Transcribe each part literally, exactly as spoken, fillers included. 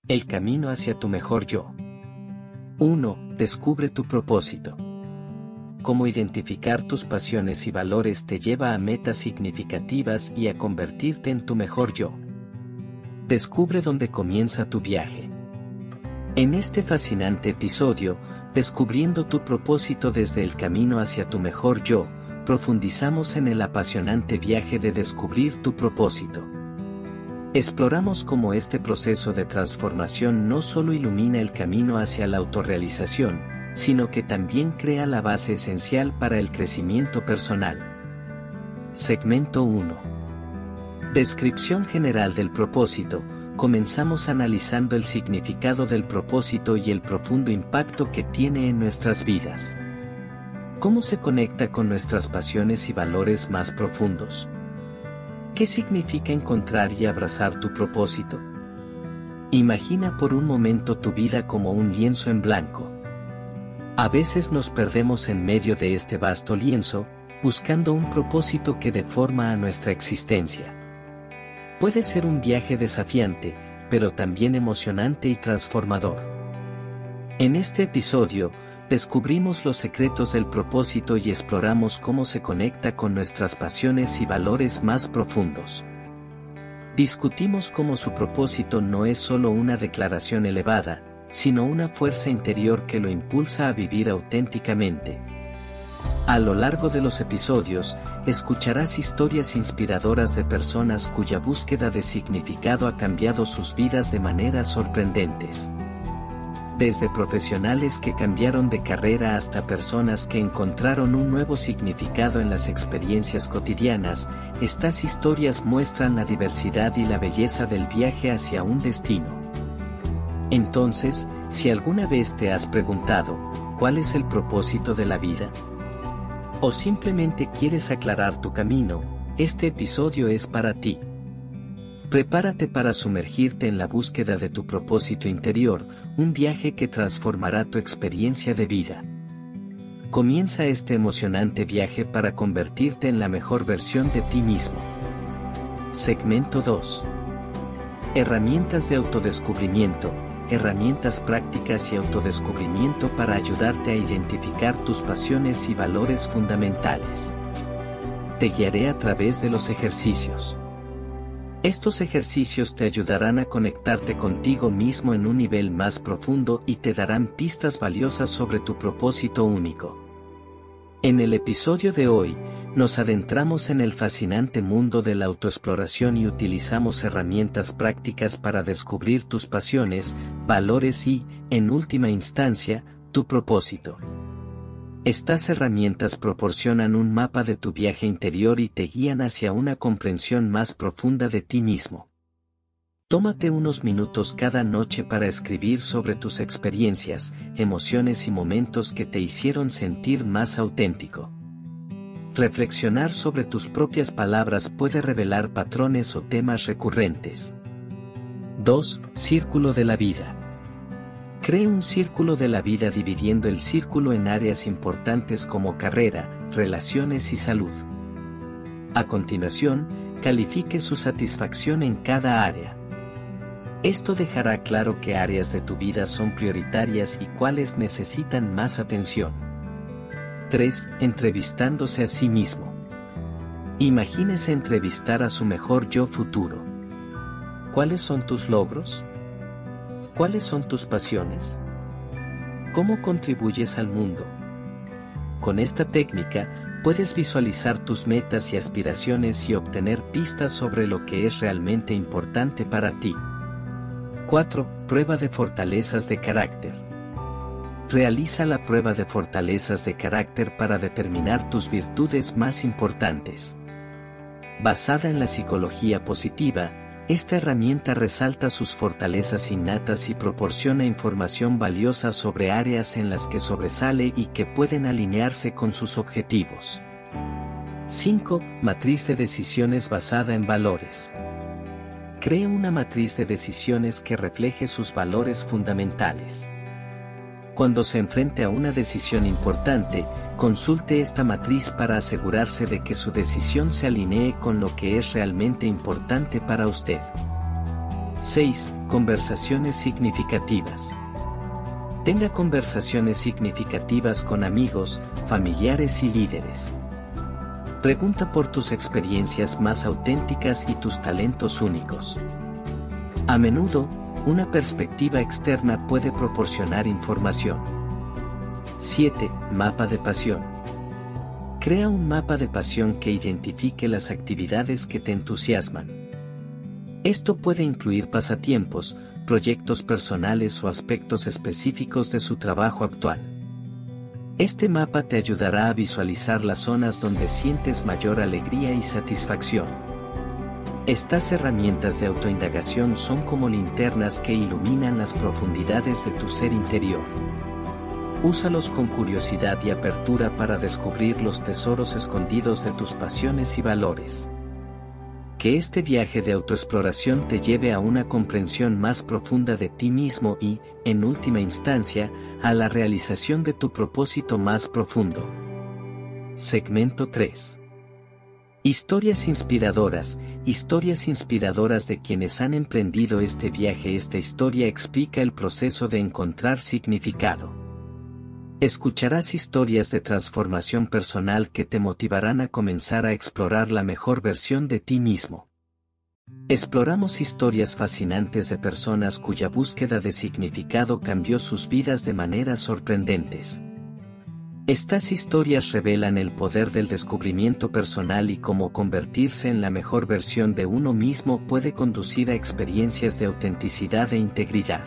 El camino hacia tu mejor yo. uno. Descubre tu propósito. Cómo identificar tus pasiones y valores te lleva a metas significativas y a convertirte en tu mejor yo. Descubre dónde comienza tu viaje. En este fascinante episodio, Descubriendo tu propósito desde el camino hacia tu mejor yo, profundizamos en el apasionante viaje de descubrir tu propósito. Exploramos cómo este proceso de transformación no solo ilumina el camino hacia la autorrealización, sino que también crea la base esencial para el crecimiento personal. Segmento uno. Descripción general del propósito. Comenzamos analizando el significado del propósito y el profundo impacto que tiene en nuestras vidas. ¿Cómo se conecta con nuestras pasiones y valores más profundos? ¿Qué significa encontrar y abrazar tu propósito? Imagina por un momento tu vida como un lienzo en blanco. A veces nos perdemos en medio de este vasto lienzo, buscando un propósito que dé forma a nuestra existencia. Puede ser un viaje desafiante, pero también emocionante y transformador. En este episodio, descubrimos los secretos del propósito y exploramos cómo se conecta con nuestras pasiones y valores más profundos. Discutimos cómo su propósito no es solo una declaración elevada, sino una fuerza interior que lo impulsa a vivir auténticamente. A lo largo de los episodios, escucharás historias inspiradoras de personas cuya búsqueda de significado ha cambiado sus vidas de maneras sorprendentes. Desde profesionales que cambiaron de carrera hasta personas que encontraron un nuevo significado en las experiencias cotidianas, estas historias muestran la diversidad y la belleza del viaje hacia un destino. Entonces, si alguna vez te has preguntado, ¿cuál es el propósito de la vida? ¿O simplemente quieres aclarar tu camino? Este episodio es para ti. Prepárate para sumergirte en la búsqueda de tu propósito interior, un viaje que transformará tu experiencia de vida. Comienza este emocionante viaje para convertirte en la mejor versión de ti mismo. Segmento dos. Herramientas de autodescubrimiento. Herramientas prácticas y autodescubrimiento para ayudarte a identificar tus pasiones y valores fundamentales. Te guiaré a través de los ejercicios. Estos ejercicios te ayudarán a conectarte contigo mismo en un nivel más profundo y te darán pistas valiosas sobre tu propósito único. En el episodio de hoy, nos adentramos en el fascinante mundo de la autoexploración y utilizamos herramientas prácticas para descubrir tus pasiones, valores y, en última instancia, tu propósito. Estas herramientas proporcionan un mapa de tu viaje interior y te guían hacia una comprensión más profunda de ti mismo. Tómate unos minutos cada noche para escribir sobre tus experiencias, emociones y momentos que te hicieron sentir más auténtico. Reflexionar sobre tus propias palabras puede revelar patrones o temas recurrentes. dos. Círculo de la vida. Cree un círculo de la vida dividiendo el círculo en áreas importantes como carrera, relaciones y salud. A continuación, califique su satisfacción en cada área. Esto dejará claro qué áreas de tu vida son prioritarias y cuáles necesitan más atención. tres. Entrevistándose a sí mismo. Imagínese entrevistar a su mejor yo futuro. ¿Cuáles son tus logros? ¿Cuáles son tus pasiones? ¿Cómo contribuyes al mundo? Con esta técnica, puedes visualizar tus metas y aspiraciones y obtener pistas sobre lo que es realmente importante para ti. cuatro. Prueba de fortalezas de carácter. Realiza la prueba de fortalezas de carácter para determinar tus virtudes más importantes. Basada en la psicología positiva, esta herramienta resalta sus fortalezas innatas y proporciona información valiosa sobre áreas en las que sobresale y que pueden alinearse con sus objetivos. cinco. Matriz de decisiones basada en valores. Cree una matriz de decisiones que refleje sus valores fundamentales. Cuando se enfrente a una decisión importante, consulte esta matriz para asegurarse de que su decisión se alinee con lo que es realmente importante para usted. seis. Conversaciones significativas. Tenga conversaciones significativas con amigos, familiares y líderes. Pregunta por tus experiencias más auténticas y tus talentos únicos. A menudo, una perspectiva externa puede proporcionar información. siete. Mapa de pasión. Crea un mapa de pasión que identifique las actividades que te entusiasman. Esto puede incluir pasatiempos, proyectos personales o aspectos específicos de su trabajo actual. Este mapa te ayudará a visualizar las zonas donde sientes mayor alegría y satisfacción. Estas herramientas de autoindagación son como linternas que iluminan las profundidades de tu ser interior. Úsalos con curiosidad y apertura para descubrir los tesoros escondidos de tus pasiones y valores. Que este viaje de autoexploración te lleve a una comprensión más profunda de ti mismo y, en última instancia, a la realización de tu propósito más profundo. Segmento tres. Historias inspiradoras. Historias inspiradoras de quienes han emprendido este viaje. Esta historia explica el proceso de encontrar significado. Escucharás historias de transformación personal que te motivarán a comenzar a explorar la mejor versión de ti mismo. Exploramos historias fascinantes de personas cuya búsqueda de significado cambió sus vidas de maneras sorprendentes. Estas historias revelan el poder del descubrimiento personal y cómo convertirse en la mejor versión de uno mismo puede conducir a experiencias de autenticidad e integridad.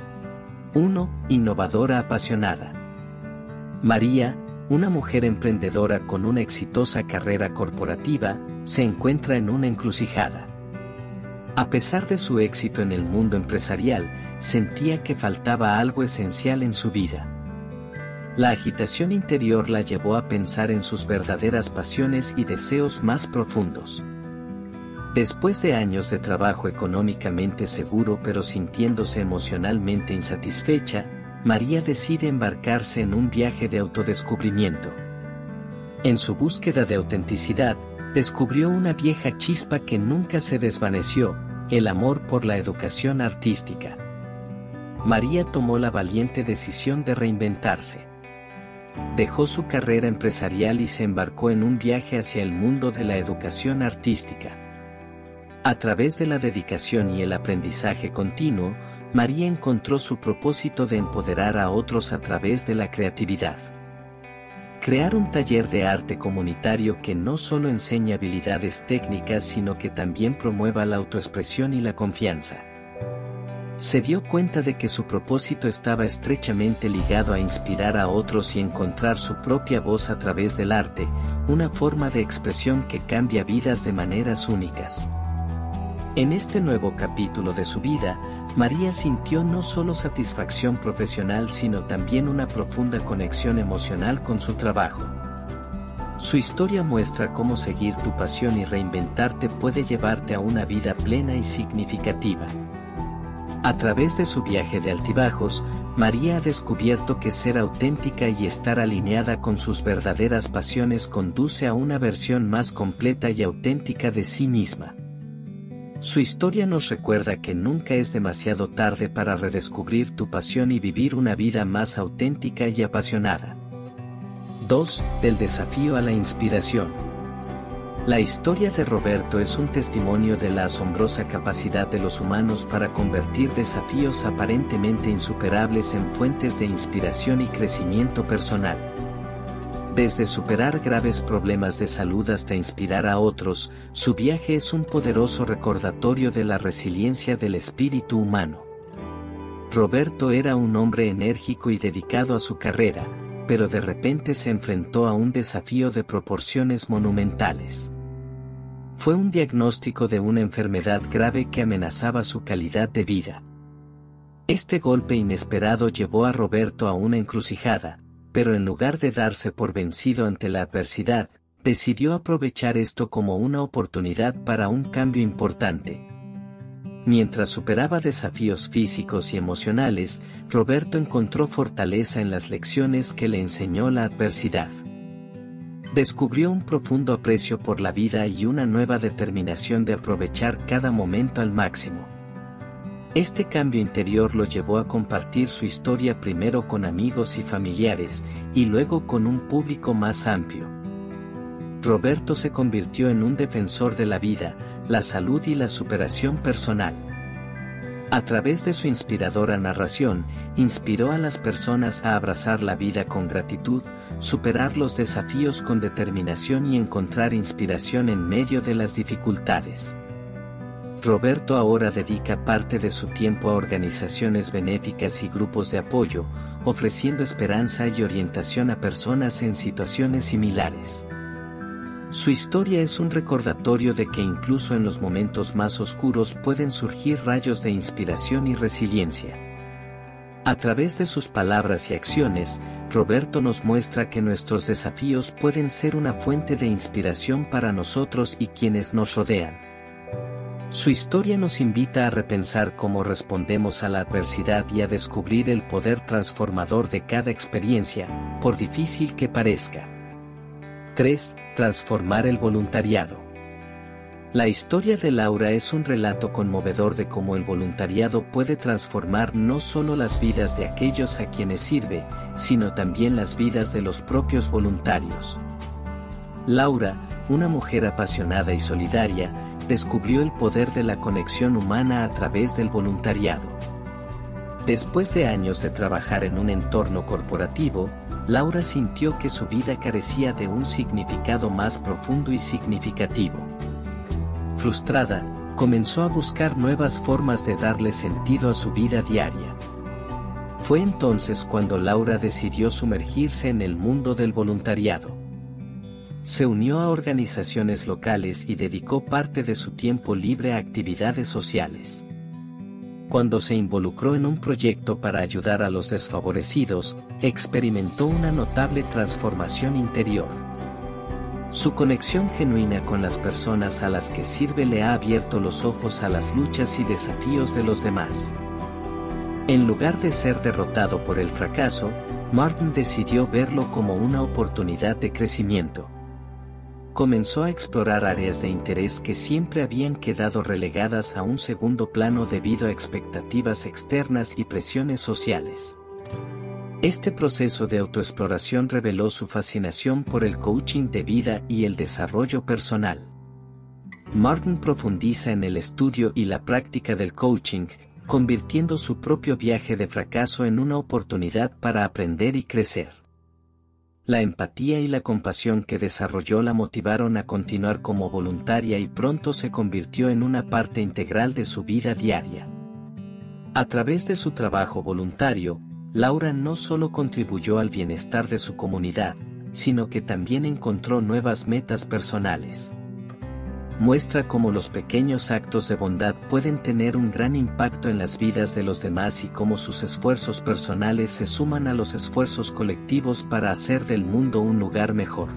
uno. Innovadora apasionada. María, una mujer emprendedora con una exitosa carrera corporativa, se encuentra en una encrucijada. A pesar de su éxito en el mundo empresarial, sentía que faltaba algo esencial en su vida. La agitación interior la llevó a pensar en sus verdaderas pasiones y deseos más profundos. Después de años de trabajo económicamente seguro pero sintiéndose emocionalmente insatisfecha, María decide embarcarse en un viaje de autodescubrimiento. En su búsqueda de autenticidad, descubrió una vieja chispa que nunca se desvaneció, el amor por la educación artística. María tomó la valiente decisión de reinventarse. Dejó su carrera empresarial y se embarcó en un viaje hacia el mundo de la educación artística. A través de la dedicación y el aprendizaje continuo, María encontró su propósito de empoderar a otros a través de la creatividad. Crear un taller de arte comunitario que no solo enseña habilidades técnicas sino que también promueva la autoexpresión y la confianza. Se dio cuenta de que su propósito estaba estrechamente ligado a inspirar a otros y encontrar su propia voz a través del arte, una forma de expresión que cambia vidas de maneras únicas. En este nuevo capítulo de su vida, María sintió no solo satisfacción profesional sino también una profunda conexión emocional con su trabajo. Su historia muestra cómo seguir tu pasión y reinventarte puede llevarte a una vida plena y significativa. A través de su viaje de altibajos, María ha descubierto que ser auténtica y estar alineada con sus verdaderas pasiones conduce a una versión más completa y auténtica de sí misma. Su historia nos recuerda que nunca es demasiado tarde para redescubrir tu pasión y vivir una vida más auténtica y apasionada. dos. Del desafío a la inspiración. La historia de Roberto es un testimonio de la asombrosa capacidad de los humanos para convertir desafíos aparentemente insuperables en fuentes de inspiración y crecimiento personal. Desde superar graves problemas de salud hasta inspirar a otros, su viaje es un poderoso recordatorio de la resiliencia del espíritu humano. Roberto era un hombre enérgico y dedicado a su carrera, pero de repente se enfrentó a un desafío de proporciones monumentales. Fue un diagnóstico de una enfermedad grave que amenazaba su calidad de vida. Este golpe inesperado llevó a Roberto a una encrucijada, pero en lugar de darse por vencido ante la adversidad, decidió aprovechar esto como una oportunidad para un cambio importante. Mientras superaba desafíos físicos y emocionales, Roberto encontró fortaleza en las lecciones que le enseñó la adversidad. Descubrió un profundo aprecio por la vida y una nueva determinación de aprovechar cada momento al máximo. Este cambio interior lo llevó a compartir su historia primero con amigos y familiares, y luego con un público más amplio. Roberto se convirtió en un defensor de la vida, la salud y la superación personal. A través de su inspiradora narración, inspiró a las personas a abrazar la vida con gratitud, superar los desafíos con determinación y encontrar inspiración en medio de las dificultades. Roberto ahora dedica parte de su tiempo a organizaciones benéficas y grupos de apoyo, ofreciendo esperanza y orientación a personas en situaciones similares. Su historia es un recordatorio de que incluso en los momentos más oscuros pueden surgir rayos de inspiración y resiliencia. A través de sus palabras y acciones, Roberto nos muestra que nuestros desafíos pueden ser una fuente de inspiración para nosotros y quienes nos rodean. Su historia nos invita a repensar cómo respondemos a la adversidad y a descubrir el poder transformador de cada experiencia, por difícil que parezca. tres. Transformar el voluntariado. La historia de Laura es un relato conmovedor de cómo el voluntariado puede transformar no solo las vidas de aquellos a quienes sirve, sino también las vidas de los propios voluntarios. Laura, una mujer apasionada y solidaria, descubrió el poder de la conexión humana a través del voluntariado. Después de años de trabajar en un entorno corporativo, Laura sintió que su vida carecía de un significado más profundo y significativo. Frustrada, comenzó a buscar nuevas formas de darle sentido a su vida diaria. Fue entonces cuando Laura decidió sumergirse en el mundo del voluntariado. Se unió a organizaciones locales y dedicó parte de su tiempo libre a actividades sociales. Cuando se involucró en un proyecto para ayudar a los desfavorecidos, experimentó una notable transformación interior. Su conexión genuina con las personas a las que sirve le ha abierto los ojos a las luchas y desafíos de los demás. En lugar de ser derrotado por el fracaso, Martin decidió verlo como una oportunidad de crecimiento. Comenzó a explorar áreas de interés que siempre habían quedado relegadas a un segundo plano debido a expectativas externas y presiones sociales. Este proceso de autoexploración reveló su fascinación por el coaching de vida y el desarrollo personal. Martin profundiza en el estudio y la práctica del coaching, convirtiendo su propio viaje de fracaso en una oportunidad para aprender y crecer. La empatía y la compasión que desarrolló la motivaron a continuar como voluntaria y pronto se convirtió en una parte integral de su vida diaria. A través de su trabajo voluntario, Laura no solo contribuyó al bienestar de su comunidad, sino que también encontró nuevas metas personales. Muestra cómo los pequeños actos de bondad pueden tener un gran impacto en las vidas de los demás y cómo sus esfuerzos personales se suman a los esfuerzos colectivos para hacer del mundo un lugar mejor.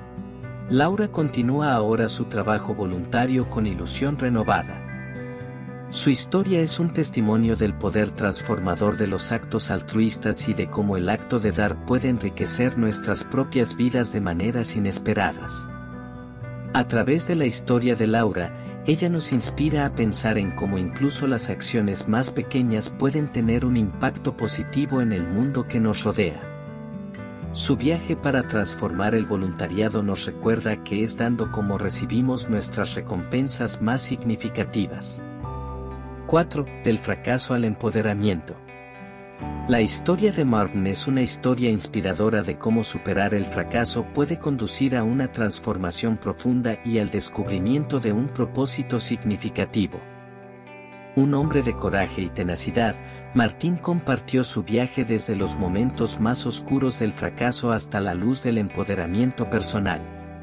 Laura continúa ahora su trabajo voluntario con ilusión renovada. Su historia es un testimonio del poder transformador de los actos altruistas y de cómo el acto de dar puede enriquecer nuestras propias vidas de maneras inesperadas. A través de la historia de Laura, ella nos inspira a pensar en cómo incluso las acciones más pequeñas pueden tener un impacto positivo en el mundo que nos rodea. Su viaje para transformar el voluntariado nos recuerda que es dando como recibimos nuestras recompensas más significativas. cuatro. Del fracaso al empoderamiento. La historia de Martin es una historia inspiradora de cómo superar el fracaso puede conducir a una transformación profunda y al descubrimiento de un propósito significativo. Un hombre de coraje y tenacidad, Martín compartió su viaje desde los momentos más oscuros del fracaso hasta la luz del empoderamiento personal.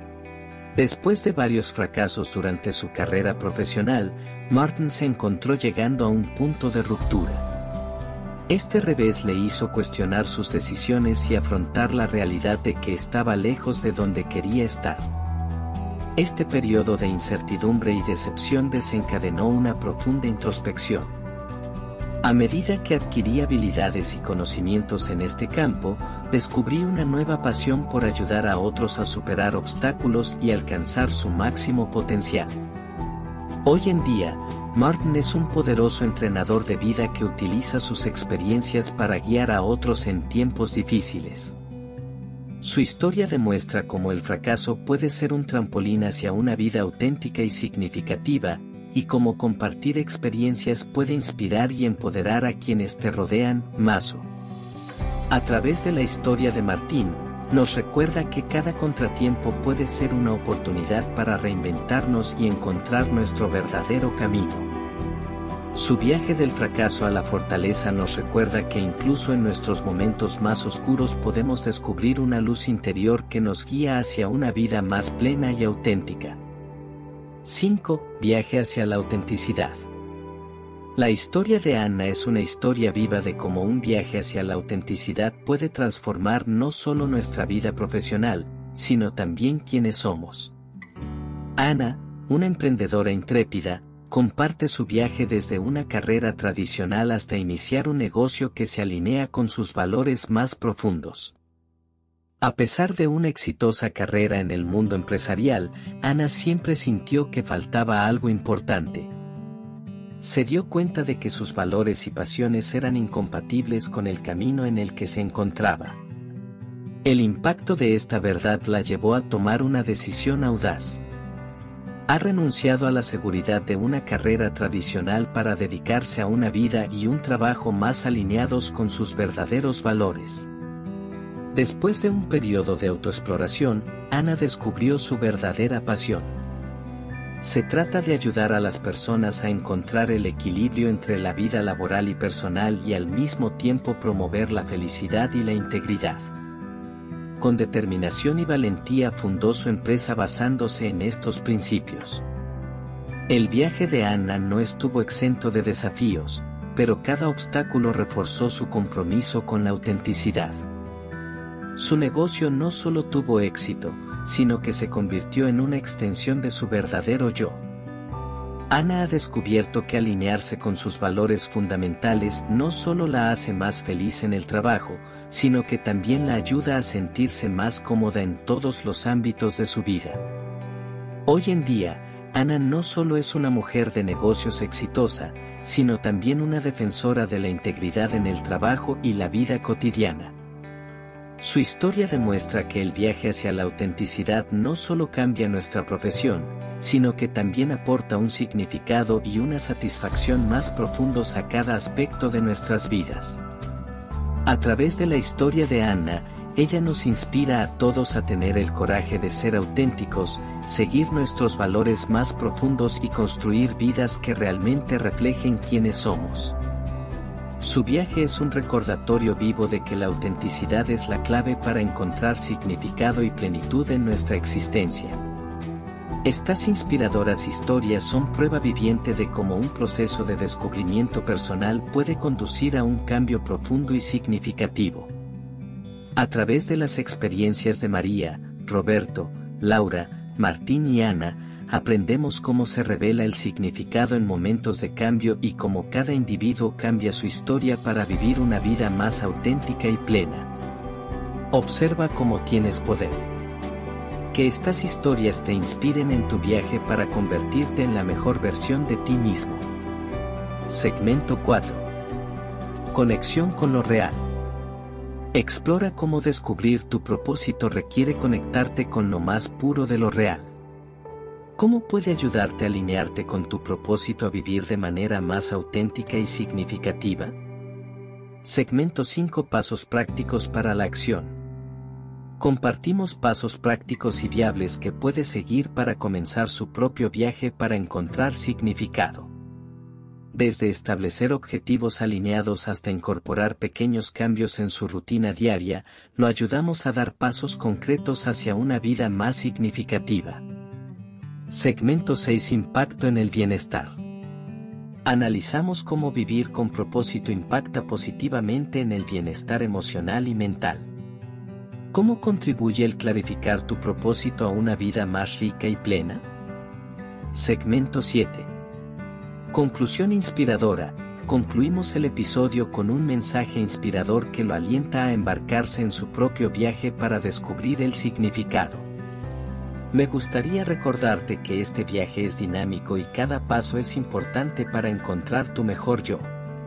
Después de varios fracasos durante su carrera profesional, Martin se encontró llegando a un punto de ruptura. Este revés le hizo cuestionar sus decisiones y afrontar la realidad de que estaba lejos de donde quería estar. Este periodo de incertidumbre y decepción desencadenó una profunda introspección. A medida que adquirí habilidades y conocimientos en este campo, descubrí una nueva pasión por ayudar a otros a superar obstáculos y alcanzar su máximo potencial. Hoy en día, Martin es un poderoso entrenador de vida que utiliza sus experiencias para guiar a otros en tiempos difíciles. Su historia demuestra cómo el fracaso puede ser un trampolín hacia una vida auténtica y significativa, y cómo compartir experiencias puede inspirar y empoderar a quienes te rodean. Mazo. A través de la historia de Martín, nos recuerda que cada contratiempo puede ser una oportunidad para reinventarnos y encontrar nuestro verdadero camino. Su viaje del fracaso a la fortaleza nos recuerda que incluso en nuestros momentos más oscuros podemos descubrir una luz interior que nos guía hacia una vida más plena y auténtica. cinco. Viaje hacia la autenticidad. La historia de Anna es una historia viva de cómo un viaje hacia la autenticidad puede transformar no solo nuestra vida profesional, sino también quienes somos. Anna, una emprendedora intrépida, comparte su viaje desde una carrera tradicional hasta iniciar un negocio que se alinea con sus valores más profundos. A pesar de una exitosa carrera en el mundo empresarial, Anna siempre sintió que faltaba algo importante. Se dio cuenta de que sus valores y pasiones eran incompatibles con el camino en el que se encontraba. El impacto de esta verdad la llevó a tomar una decisión audaz. Ha renunciado a la seguridad de una carrera tradicional para dedicarse a una vida y un trabajo más alineados con sus verdaderos valores. Después de un periodo de autoexploración, Anna descubrió su verdadera pasión. Se trata de ayudar a las personas a encontrar el equilibrio entre la vida laboral y personal y al mismo tiempo promover la felicidad y la integridad. Con determinación y valentía fundó su empresa basándose en estos principios. El viaje de Anna no estuvo exento de desafíos, pero cada obstáculo reforzó su compromiso con la autenticidad. Su negocio no solo tuvo éxito, sino que se convirtió en una extensión de su verdadero yo. Anna ha descubierto que alinearse con sus valores fundamentales no solo la hace más feliz en el trabajo, sino que también la ayuda a sentirse más cómoda en todos los ámbitos de su vida. Hoy en día, Anna no solo es una mujer de negocios exitosa, sino también una defensora de la integridad en el trabajo y la vida cotidiana. Su historia demuestra que el viaje hacia la autenticidad no solo cambia nuestra profesión, sino que también aporta un significado y una satisfacción más profundos a cada aspecto de nuestras vidas. A través de la historia de Anna, ella nos inspira a todos a tener el coraje de ser auténticos, seguir nuestros valores más profundos y construir vidas que realmente reflejen quiénes somos. Su viaje es un recordatorio vivo de que la autenticidad es la clave para encontrar significado y plenitud en nuestra existencia. Estas inspiradoras historias son prueba viviente de cómo un proceso de descubrimiento personal puede conducir a un cambio profundo y significativo. A través de las experiencias de María, Roberto, Laura, Martín y Ana, aprendemos cómo se revela el significado en momentos de cambio y cómo cada individuo cambia su historia para vivir una vida más auténtica y plena. Observa cómo tienes poder. Que estas historias te inspiren en tu viaje para convertirte en la mejor versión de ti mismo. Segmento cuatro. Conexión con lo real. Explora cómo descubrir tu propósito requiere conectarte con lo más puro de lo real. ¿Cómo puede ayudarte a alinearte con tu propósito a vivir de manera más auténtica y significativa? Segmento cinco. Pasos prácticos para la acción. Compartimos pasos prácticos y viables que puede seguir para comenzar su propio viaje para encontrar significado. Desde establecer objetivos alineados hasta incorporar pequeños cambios en su rutina diaria, lo ayudamos a dar pasos concretos hacia una vida más significativa. Segmento seis. Impacto en el bienestar. Analizamos cómo vivir con propósito impacta positivamente en el bienestar emocional y mental. ¿Cómo contribuye el clarificar tu propósito a una vida más rica y plena? Segmento siete. Conclusión inspiradora. Concluimos el episodio con un mensaje inspirador que lo alienta a embarcarse en su propio viaje para descubrir el significado. Me gustaría recordarte que este viaje es dinámico y cada paso es importante para encontrar tu mejor yo.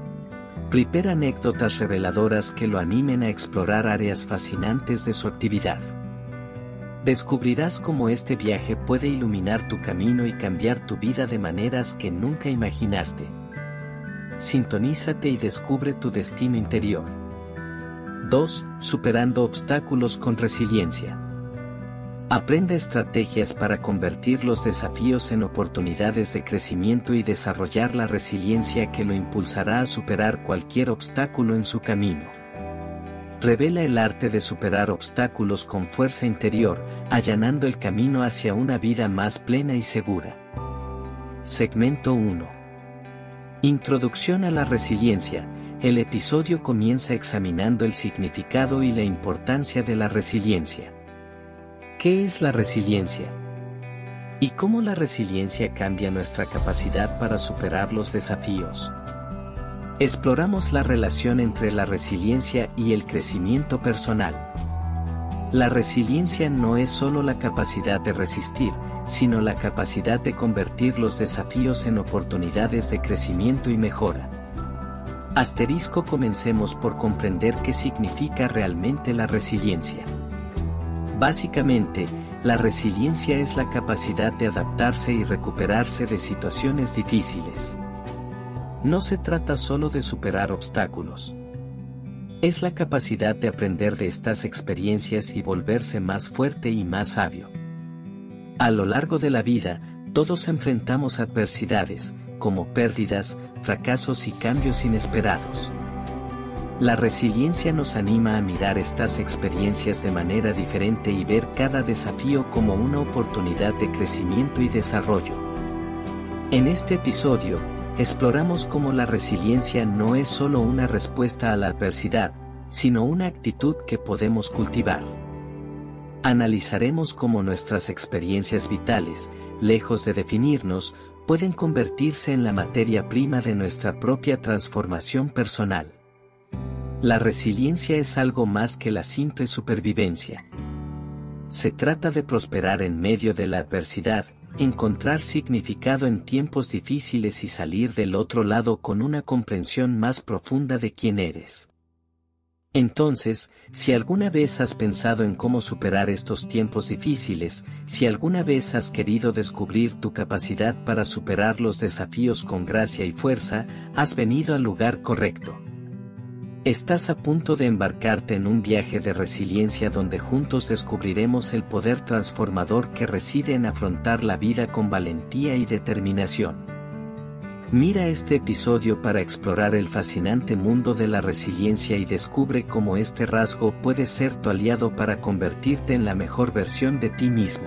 Prepara anécdotas reveladoras que lo animen a explorar áreas fascinantes de su actividad. Descubrirás cómo este viaje puede iluminar tu camino y cambiar tu vida de maneras que nunca imaginaste. Sintonízate y descubre tu destino interior. dos. Superando obstáculos con resiliencia. Aprende estrategias para convertir los desafíos en oportunidades de crecimiento y desarrollar la resiliencia que lo impulsará a superar cualquier obstáculo en su camino. Revela el arte de superar obstáculos con fuerza interior, allanando el camino hacia una vida más plena y segura. Segmento uno. Introducción a la resiliencia. El episodio comienza examinando el significado y la importancia de la resiliencia. ¿Qué es la resiliencia? ¿Y cómo la resiliencia cambia nuestra capacidad para superar los desafíos? Exploramos la relación entre la resiliencia y el crecimiento personal. La resiliencia no es solo la capacidad de resistir, sino la capacidad de convertir los desafíos en oportunidades de crecimiento y mejora. Asterisco Comencemos por comprender qué significa realmente la resiliencia. Básicamente, la resiliencia es la capacidad de adaptarse y recuperarse de situaciones difíciles. No se trata solo de superar obstáculos. Es la capacidad de aprender de estas experiencias y volverse más fuerte y más sabio. A lo largo de la vida, todos enfrentamos adversidades, como pérdidas, fracasos y cambios inesperados. La resiliencia nos anima a mirar estas experiencias de manera diferente y ver cada desafío como una oportunidad de crecimiento y desarrollo. En este episodio, exploramos cómo la resiliencia no es solo una respuesta a la adversidad, sino una actitud que podemos cultivar. Analizaremos cómo nuestras experiencias vitales, lejos de definirnos, pueden convertirse en la materia prima de nuestra propia transformación personal. La resiliencia es algo más que la simple supervivencia. Se trata de prosperar en medio de la adversidad, encontrar significado en tiempos difíciles y salir del otro lado con una comprensión más profunda de quién eres. Entonces, si alguna vez has pensado en cómo superar estos tiempos difíciles, si alguna vez has querido descubrir tu capacidad para superar los desafíos con gracia y fuerza, has venido al lugar correcto. Estás a punto de embarcarte en un viaje de resiliencia donde juntos descubriremos el poder transformador que reside en afrontar la vida con valentía y determinación. Mira este episodio para explorar el fascinante mundo de la resiliencia y descubre cómo este rasgo puede ser tu aliado para convertirte en la mejor versión de ti mismo.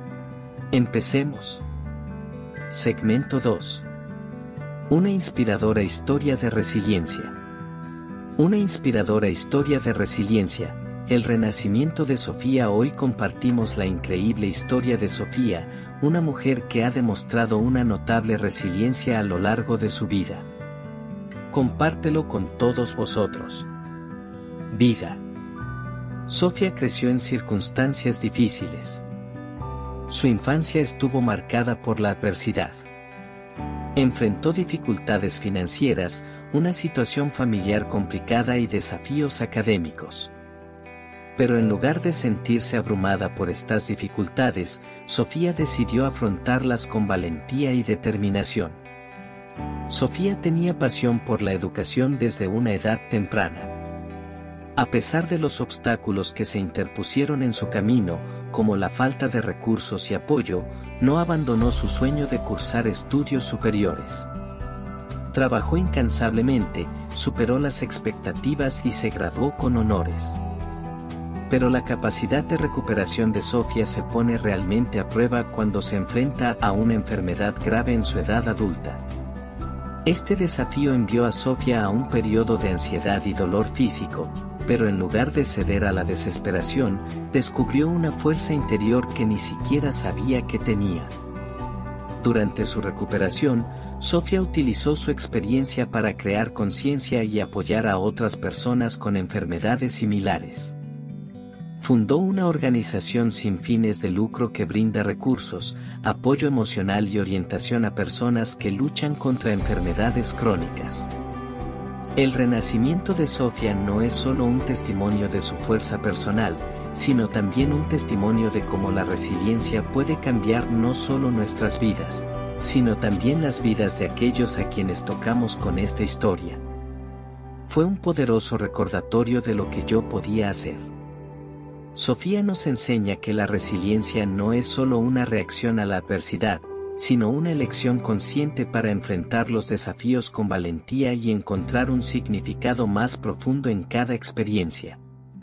Empecemos. Segmento dos. Una inspiradora historia de resiliencia. Una inspiradora historia de resiliencia, el renacimiento de Sofía. Hoy compartimos la increíble historia de Sofía, una mujer que ha demostrado una notable resiliencia a lo largo de su vida. Compártelo con todos vosotros. Vida. Sofía creció en circunstancias difíciles. Su infancia estuvo marcada por la adversidad. Enfrentó dificultades financieras, una situación familiar complicada y desafíos académicos. Pero en lugar de sentirse abrumada por estas dificultades, Sofía decidió afrontarlas con valentía y determinación. Sofía tenía pasión por la educación desde una edad temprana. A pesar de los obstáculos que se interpusieron en su camino, como la falta de recursos y apoyo, no abandonó su sueño de cursar estudios superiores. Trabajó incansablemente, superó las expectativas y se graduó con honores. Pero la capacidad de recuperación de Sofía se pone realmente a prueba cuando se enfrenta a una enfermedad grave en su edad adulta. Este desafío envió a Sofía a un periodo de ansiedad y dolor físico, pero en lugar de ceder a la desesperación, descubrió una fuerza interior que ni siquiera sabía que tenía. Durante su recuperación, Sofía utilizó su experiencia para crear conciencia y apoyar a otras personas con enfermedades similares. Fundó una organización sin fines de lucro que brinda recursos, apoyo emocional y orientación a personas que luchan contra enfermedades crónicas. El renacimiento de Sofía no es solo un testimonio de su fuerza personal, sino también un testimonio de cómo la resiliencia puede cambiar no solo nuestras vidas, sino también las vidas de aquellos a quienes tocamos con esta historia. Fue un poderoso recordatorio de lo que yo podía hacer. Sofía nos enseña que la resiliencia no es solo una reacción a la adversidad, sino una elección consciente para enfrentar los desafíos con valentía y encontrar un significado más profundo en cada experiencia.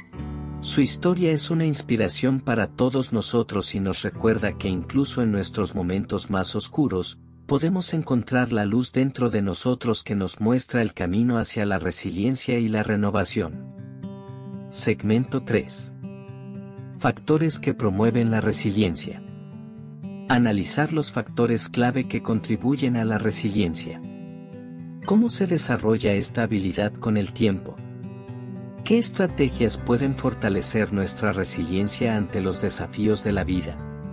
Su historia es una inspiración para todos nosotros y nos recuerda que incluso en nuestros momentos más oscuros, podemos encontrar la luz dentro de nosotros que nos muestra el camino hacia la resiliencia y la renovación. Segmento tres. Factores que promueven la resiliencia. Analizar los factores clave que contribuyen a la resiliencia. ¿Cómo se desarrolla esta habilidad con el tiempo? ¿Qué estrategias pueden fortalecer nuestra resiliencia ante los desafíos de la vida?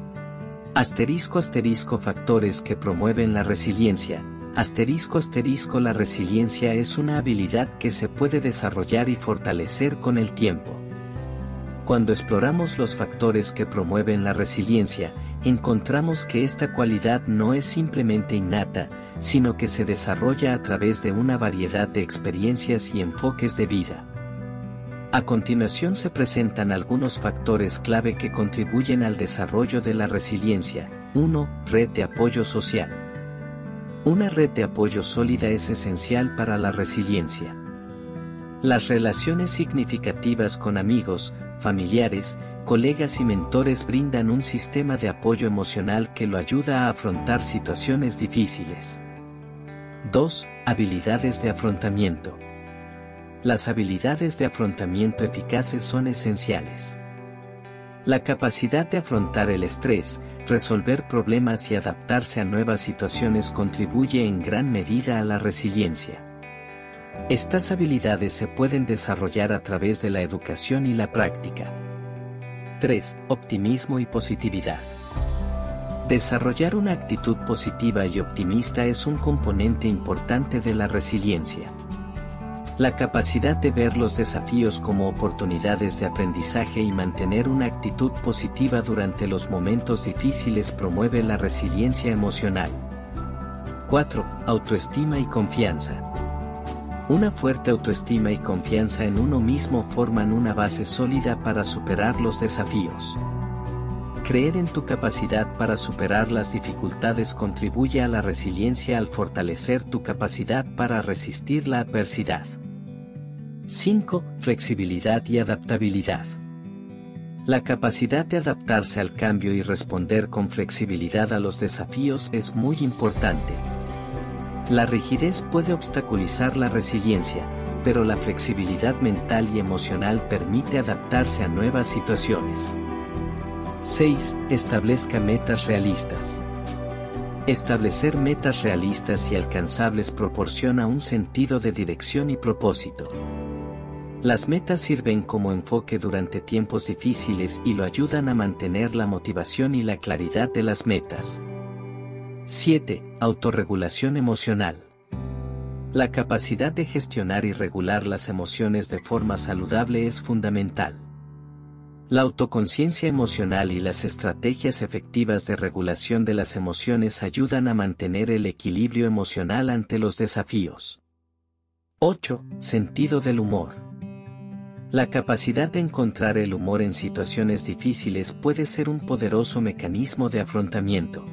Asterisco asterisco factores que promueven la resiliencia. Asterisco asterisco la resiliencia es una habilidad que se puede desarrollar y fortalecer con el tiempo. Cuando exploramos los factores que promueven la resiliencia, encontramos que esta cualidad no es simplemente innata, sino que se desarrolla a través de una variedad de experiencias y enfoques de vida. A continuación se presentan algunos factores clave que contribuyen al desarrollo de la resiliencia. uno. Red de apoyo social. Una red de apoyo sólida es esencial para la resiliencia. Las relaciones significativas con amigos, familiares, colegas y mentores brindan un sistema de apoyo emocional que lo ayuda a afrontar situaciones difíciles. dos. Habilidades de afrontamiento. Las habilidades de afrontamiento eficaces son esenciales. La capacidad de afrontar el estrés, resolver problemas y adaptarse a nuevas situaciones contribuye en gran medida a la resiliencia. Estas habilidades se pueden desarrollar a través de la educación y la práctica. tres. Optimismo y positividad. Desarrollar una actitud positiva y optimista es un componente importante de la resiliencia. La capacidad de ver los desafíos como oportunidades de aprendizaje y mantener una actitud positiva durante los momentos difíciles promueve la resiliencia emocional. cuatro. Autoestima y confianza. Una fuerte autoestima y confianza en uno mismo forman una base sólida para superar los desafíos. Creer en tu capacidad para superar las dificultades contribuye a la resiliencia al fortalecer tu capacidad para resistir la adversidad. cinco. Flexibilidad y adaptabilidad. La capacidad de adaptarse al cambio y responder con flexibilidad a los desafíos es muy importante. La rigidez puede obstaculizar la resiliencia, pero la flexibilidad mental y emocional permite adaptarse a nuevas situaciones. seis. Establezca metas realistas. Establecer metas realistas y alcanzables proporciona un sentido de dirección y propósito. Las metas sirven como enfoque durante tiempos difíciles y lo ayudan a mantener la motivación y la claridad de las metas. siete. Autorregulación emocional. La capacidad de gestionar y regular las emociones de forma saludable es fundamental. La autoconciencia emocional y las estrategias efectivas de regulación de las emociones ayudan a mantener el equilibrio emocional ante los desafíos. ocho. Sentido del humor. La capacidad de encontrar el humor en situaciones difíciles puede ser un poderoso mecanismo de afrontamiento.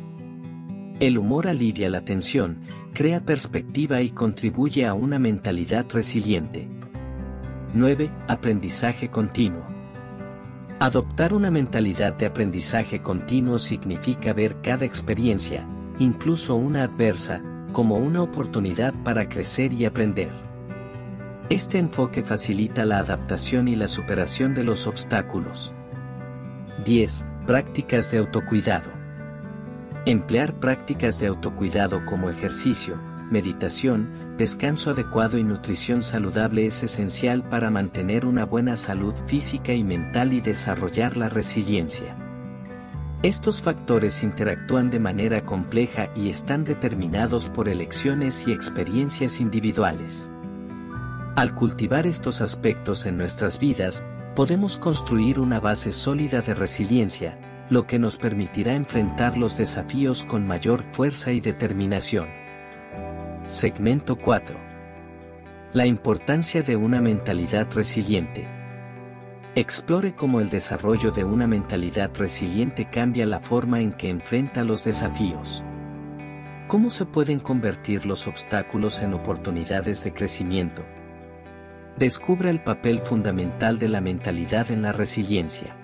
El humor alivia la tensión, crea perspectiva y contribuye a una mentalidad resiliente. nueve. Aprendizaje continuo. Adoptar una mentalidad de aprendizaje continuo significa ver cada experiencia, incluso una adversa, como una oportunidad para crecer y aprender. Este enfoque facilita la adaptación y la superación de los obstáculos. diez. Prácticas de autocuidado. Emplear prácticas de autocuidado como ejercicio, meditación, descanso adecuado y nutrición saludable es esencial para mantener una buena salud física y mental y desarrollar la resiliencia. Estos factores interactúan de manera compleja y están determinados por elecciones y experiencias individuales. Al cultivar estos aspectos en nuestras vidas, podemos construir una base sólida de resiliencia, lo que nos permitirá enfrentar los desafíos con mayor fuerza y determinación. Segmento cuatro. La importancia de una mentalidad resiliente. Explore cómo el desarrollo de una mentalidad resiliente cambia la forma en que enfrenta los desafíos. ¿Cómo se pueden convertir los obstáculos en oportunidades de crecimiento? Descubra el papel fundamental de la mentalidad en la resiliencia.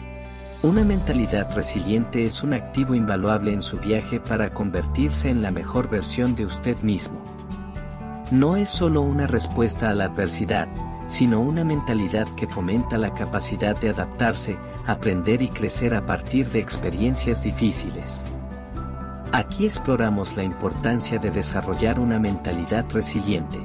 Una mentalidad resiliente es un activo invaluable en su viaje para convertirse en la mejor versión de usted mismo. No es solo una respuesta a la adversidad, sino una mentalidad que fomenta la capacidad de adaptarse, aprender y crecer a partir de experiencias difíciles. Aquí exploramos la importancia de desarrollar una mentalidad resiliente.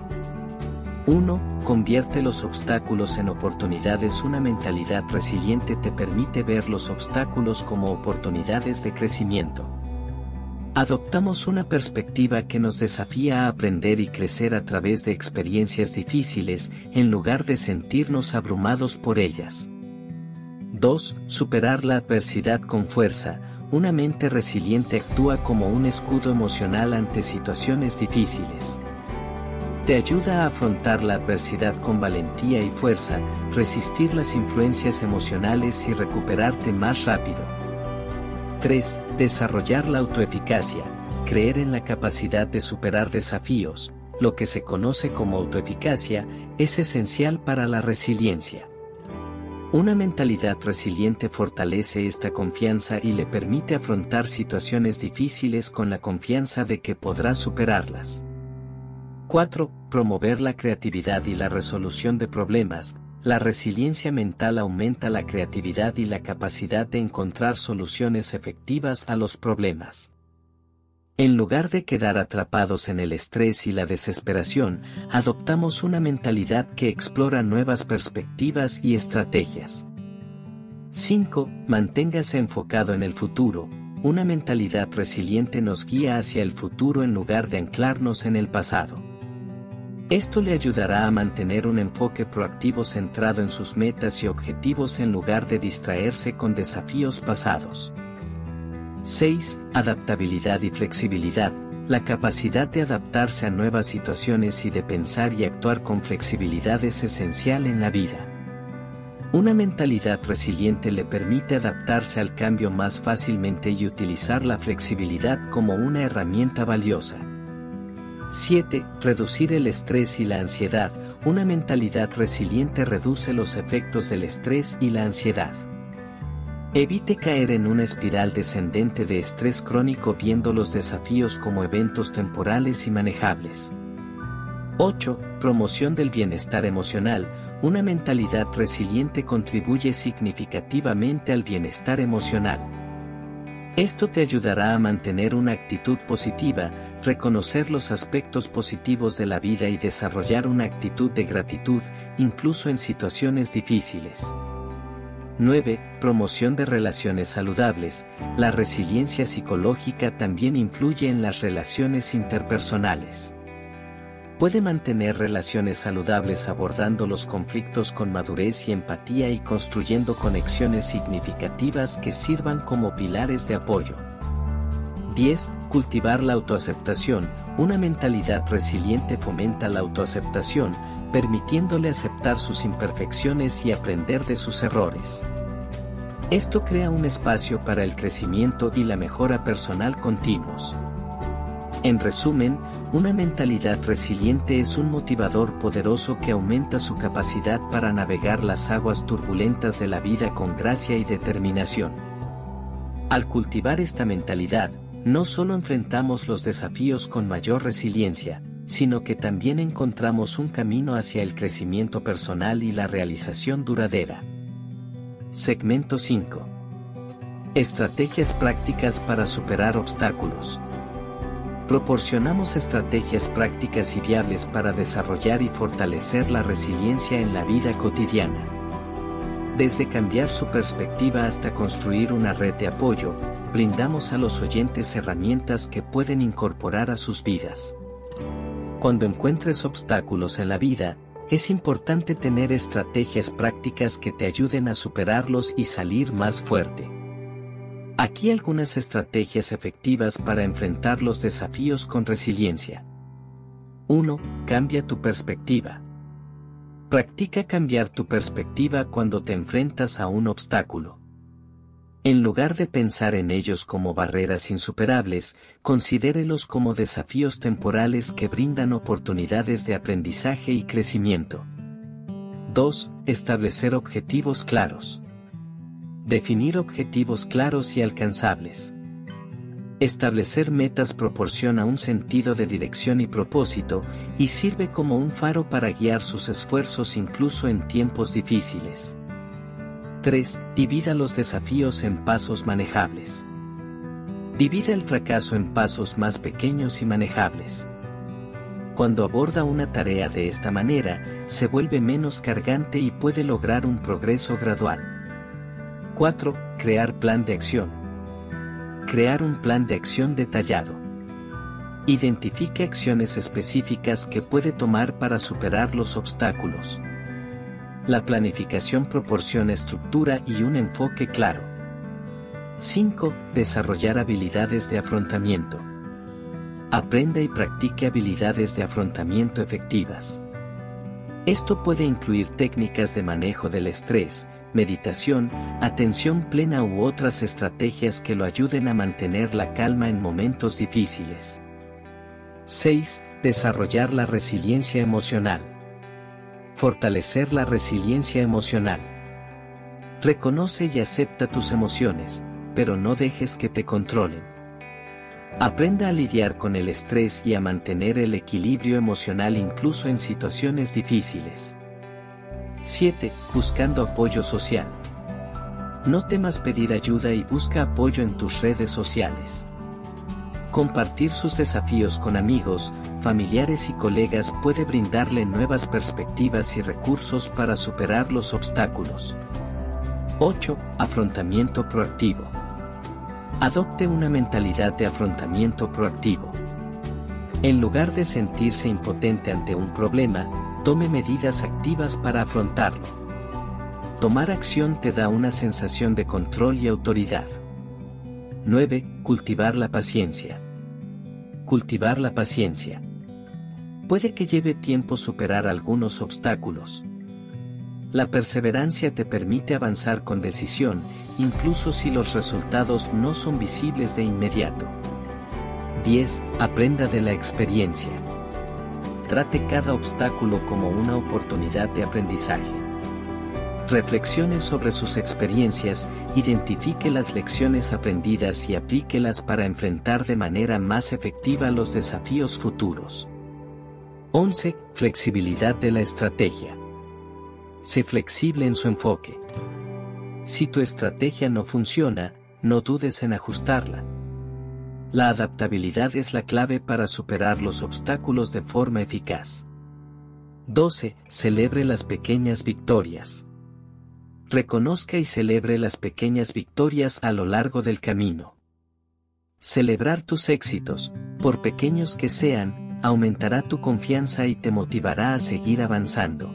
uno. Convierte los obstáculos en oportunidades. Una mentalidad resiliente te permite ver los obstáculos como oportunidades de crecimiento. Adoptamos una perspectiva que nos desafía a aprender y crecer a través de experiencias difíciles, en lugar de sentirnos abrumados por ellas. dos. Superar la adversidad con fuerza. Una mente resiliente actúa como un escudo emocional ante situaciones difíciles. Te ayuda a afrontar la adversidad con valentía y fuerza, resistir las influencias emocionales y recuperarte más rápido. tres. Desarrollar la autoeficacia. Creer en la capacidad de superar desafíos, lo que se conoce como autoeficacia, es esencial para la resiliencia. Una mentalidad resiliente fortalece esta confianza y le permite afrontar situaciones difíciles con la confianza de que podrá superarlas. cuatro. Promover la creatividad y la resolución de problemas. La resiliencia mental aumenta la creatividad y la capacidad de encontrar soluciones efectivas a los problemas. En lugar de quedar atrapados en el estrés y la desesperación, adoptamos una mentalidad que explora nuevas perspectivas y estrategias. cinco. Manténgase enfocado en el futuro. Una mentalidad resiliente nos guía hacia el futuro en lugar de anclarnos en el pasado. Esto le ayudará a mantener un enfoque proactivo centrado en sus metas y objetivos en lugar de distraerse con desafíos pasados. seis. Adaptabilidad y flexibilidad. La capacidad de adaptarse a nuevas situaciones y de pensar y actuar con flexibilidad es esencial en la vida. Una mentalidad resiliente le permite adaptarse al cambio más fácilmente y utilizar la flexibilidad como una herramienta valiosa. siete. Reducir el estrés y la ansiedad. Una mentalidad resiliente reduce los efectos del estrés y la ansiedad. Evite caer en una espiral descendente de estrés crónico viendo los desafíos como eventos temporales y manejables. ocho. Promoción del bienestar emocional. Una mentalidad resiliente contribuye significativamente al bienestar emocional. Esto te ayudará a mantener una actitud positiva, reconocer los aspectos positivos de la vida y desarrollar una actitud de gratitud, incluso en situaciones difíciles. nueve. Promoción de relaciones saludables. La resiliencia psicológica también influye en las relaciones interpersonales. Puede mantener relaciones saludables abordando los conflictos con madurez y empatía y construyendo conexiones significativas que sirvan como pilares de apoyo. diez. Cultivar la autoaceptación. Una mentalidad resiliente fomenta la autoaceptación, permitiéndole aceptar sus imperfecciones y aprender de sus errores. Esto crea un espacio para el crecimiento y la mejora personal continuos. En resumen, una mentalidad resiliente es un motivador poderoso que aumenta su capacidad para navegar las aguas turbulentas de la vida con gracia y determinación. Al cultivar esta mentalidad, no solo enfrentamos los desafíos con mayor resiliencia, sino que también encontramos un camino hacia el crecimiento personal y la realización duradera. Segmento cinco. Estrategias prácticas para superar obstáculos. Proporcionamos estrategias prácticas y viables para desarrollar y fortalecer la resiliencia en la vida cotidiana. Desde cambiar su perspectiva hasta construir una red de apoyo, brindamos a los oyentes herramientas que pueden incorporar a sus vidas. Cuando encuentres obstáculos en la vida, es importante tener estrategias prácticas que te ayuden a superarlos y salir más fuerte. Aquí algunas estrategias efectivas para enfrentar los desafíos con resiliencia. uno. Cambia tu perspectiva. Practica cambiar tu perspectiva cuando te enfrentas a un obstáculo. En lugar de pensar en ellos como barreras insuperables, considérelos como desafíos temporales que brindan oportunidades de aprendizaje y crecimiento. dos. Establecer objetivos claros. Definir objetivos claros y alcanzables. Establecer metas proporciona un sentido de dirección y propósito, y sirve como un faro para guiar sus esfuerzos incluso en tiempos difíciles. tres. Divida los desafíos en pasos manejables. Divide el fracaso en pasos más pequeños y manejables. Cuando aborda una tarea de esta manera, se vuelve menos cargante y puede lograr un progreso gradual. cuatro. Crear plan de acción. Crear un plan de acción detallado. Identifique acciones específicas que puede tomar para superar los obstáculos. La planificación proporciona estructura y un enfoque claro. cinco. Desarrollar habilidades de afrontamiento. Aprenda y practique habilidades de afrontamiento efectivas. Esto puede incluir técnicas de manejo del estrés, meditación, atención plena u otras estrategias que lo ayuden a mantener la calma en momentos difíciles. seis. Desarrollar la resiliencia emocional. Fortalecer la resiliencia emocional. Reconoce y acepta tus emociones, pero no dejes que te controlen. Aprenda a lidiar con el estrés y a mantener el equilibrio emocional incluso en situaciones difíciles. siete. Buscando apoyo social. No temas pedir ayuda y busca apoyo en tus redes sociales. Compartir sus desafíos con amigos, familiares y colegas puede brindarle nuevas perspectivas y recursos para superar los obstáculos. ocho. Afrontamiento proactivo. Adopte una mentalidad de afrontamiento proactivo. En lugar de sentirse impotente ante un problema, tome medidas activas para afrontarlo. Tomar acción te da una sensación de control y autoridad. nueve. Cultivar la paciencia. Cultivar la paciencia. Puede que lleve tiempo superar algunos obstáculos. La perseverancia te permite avanzar con decisión, incluso si los resultados no son visibles de inmediato. diez. Aprenda de la experiencia. Trate cada obstáculo como una oportunidad de aprendizaje. Reflexione sobre sus experiencias, identifique las lecciones aprendidas y aplíquelas para enfrentar de manera más efectiva los desafíos futuros. once. Flexibilidad de la estrategia. Sé flexible en su enfoque. Si tu estrategia no funciona, no dudes en ajustarla. La adaptabilidad es la clave para superar los obstáculos de forma eficaz. doce. Celebre las pequeñas victorias. Reconozca y celebre las pequeñas victorias a lo largo del camino. Celebrar tus éxitos, por pequeños que sean, aumentará tu confianza y te motivará a seguir avanzando.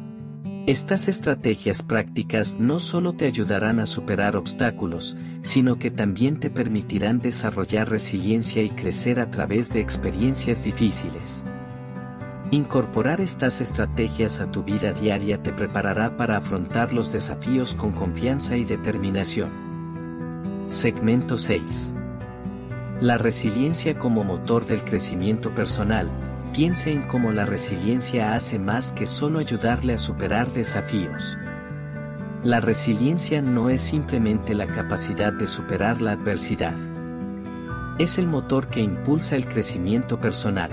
Estas estrategias prácticas no solo te ayudarán a superar obstáculos, sino que también te permitirán desarrollar resiliencia y crecer a través de experiencias difíciles. Incorporar estas estrategias a tu vida diaria te preparará para afrontar los desafíos con confianza y determinación. Segmento seis. La resiliencia como motor del crecimiento personal. Piense en cómo la resiliencia hace más que solo ayudarle a superar desafíos. La resiliencia no es simplemente la capacidad de superar la adversidad. Es el motor que impulsa el crecimiento personal.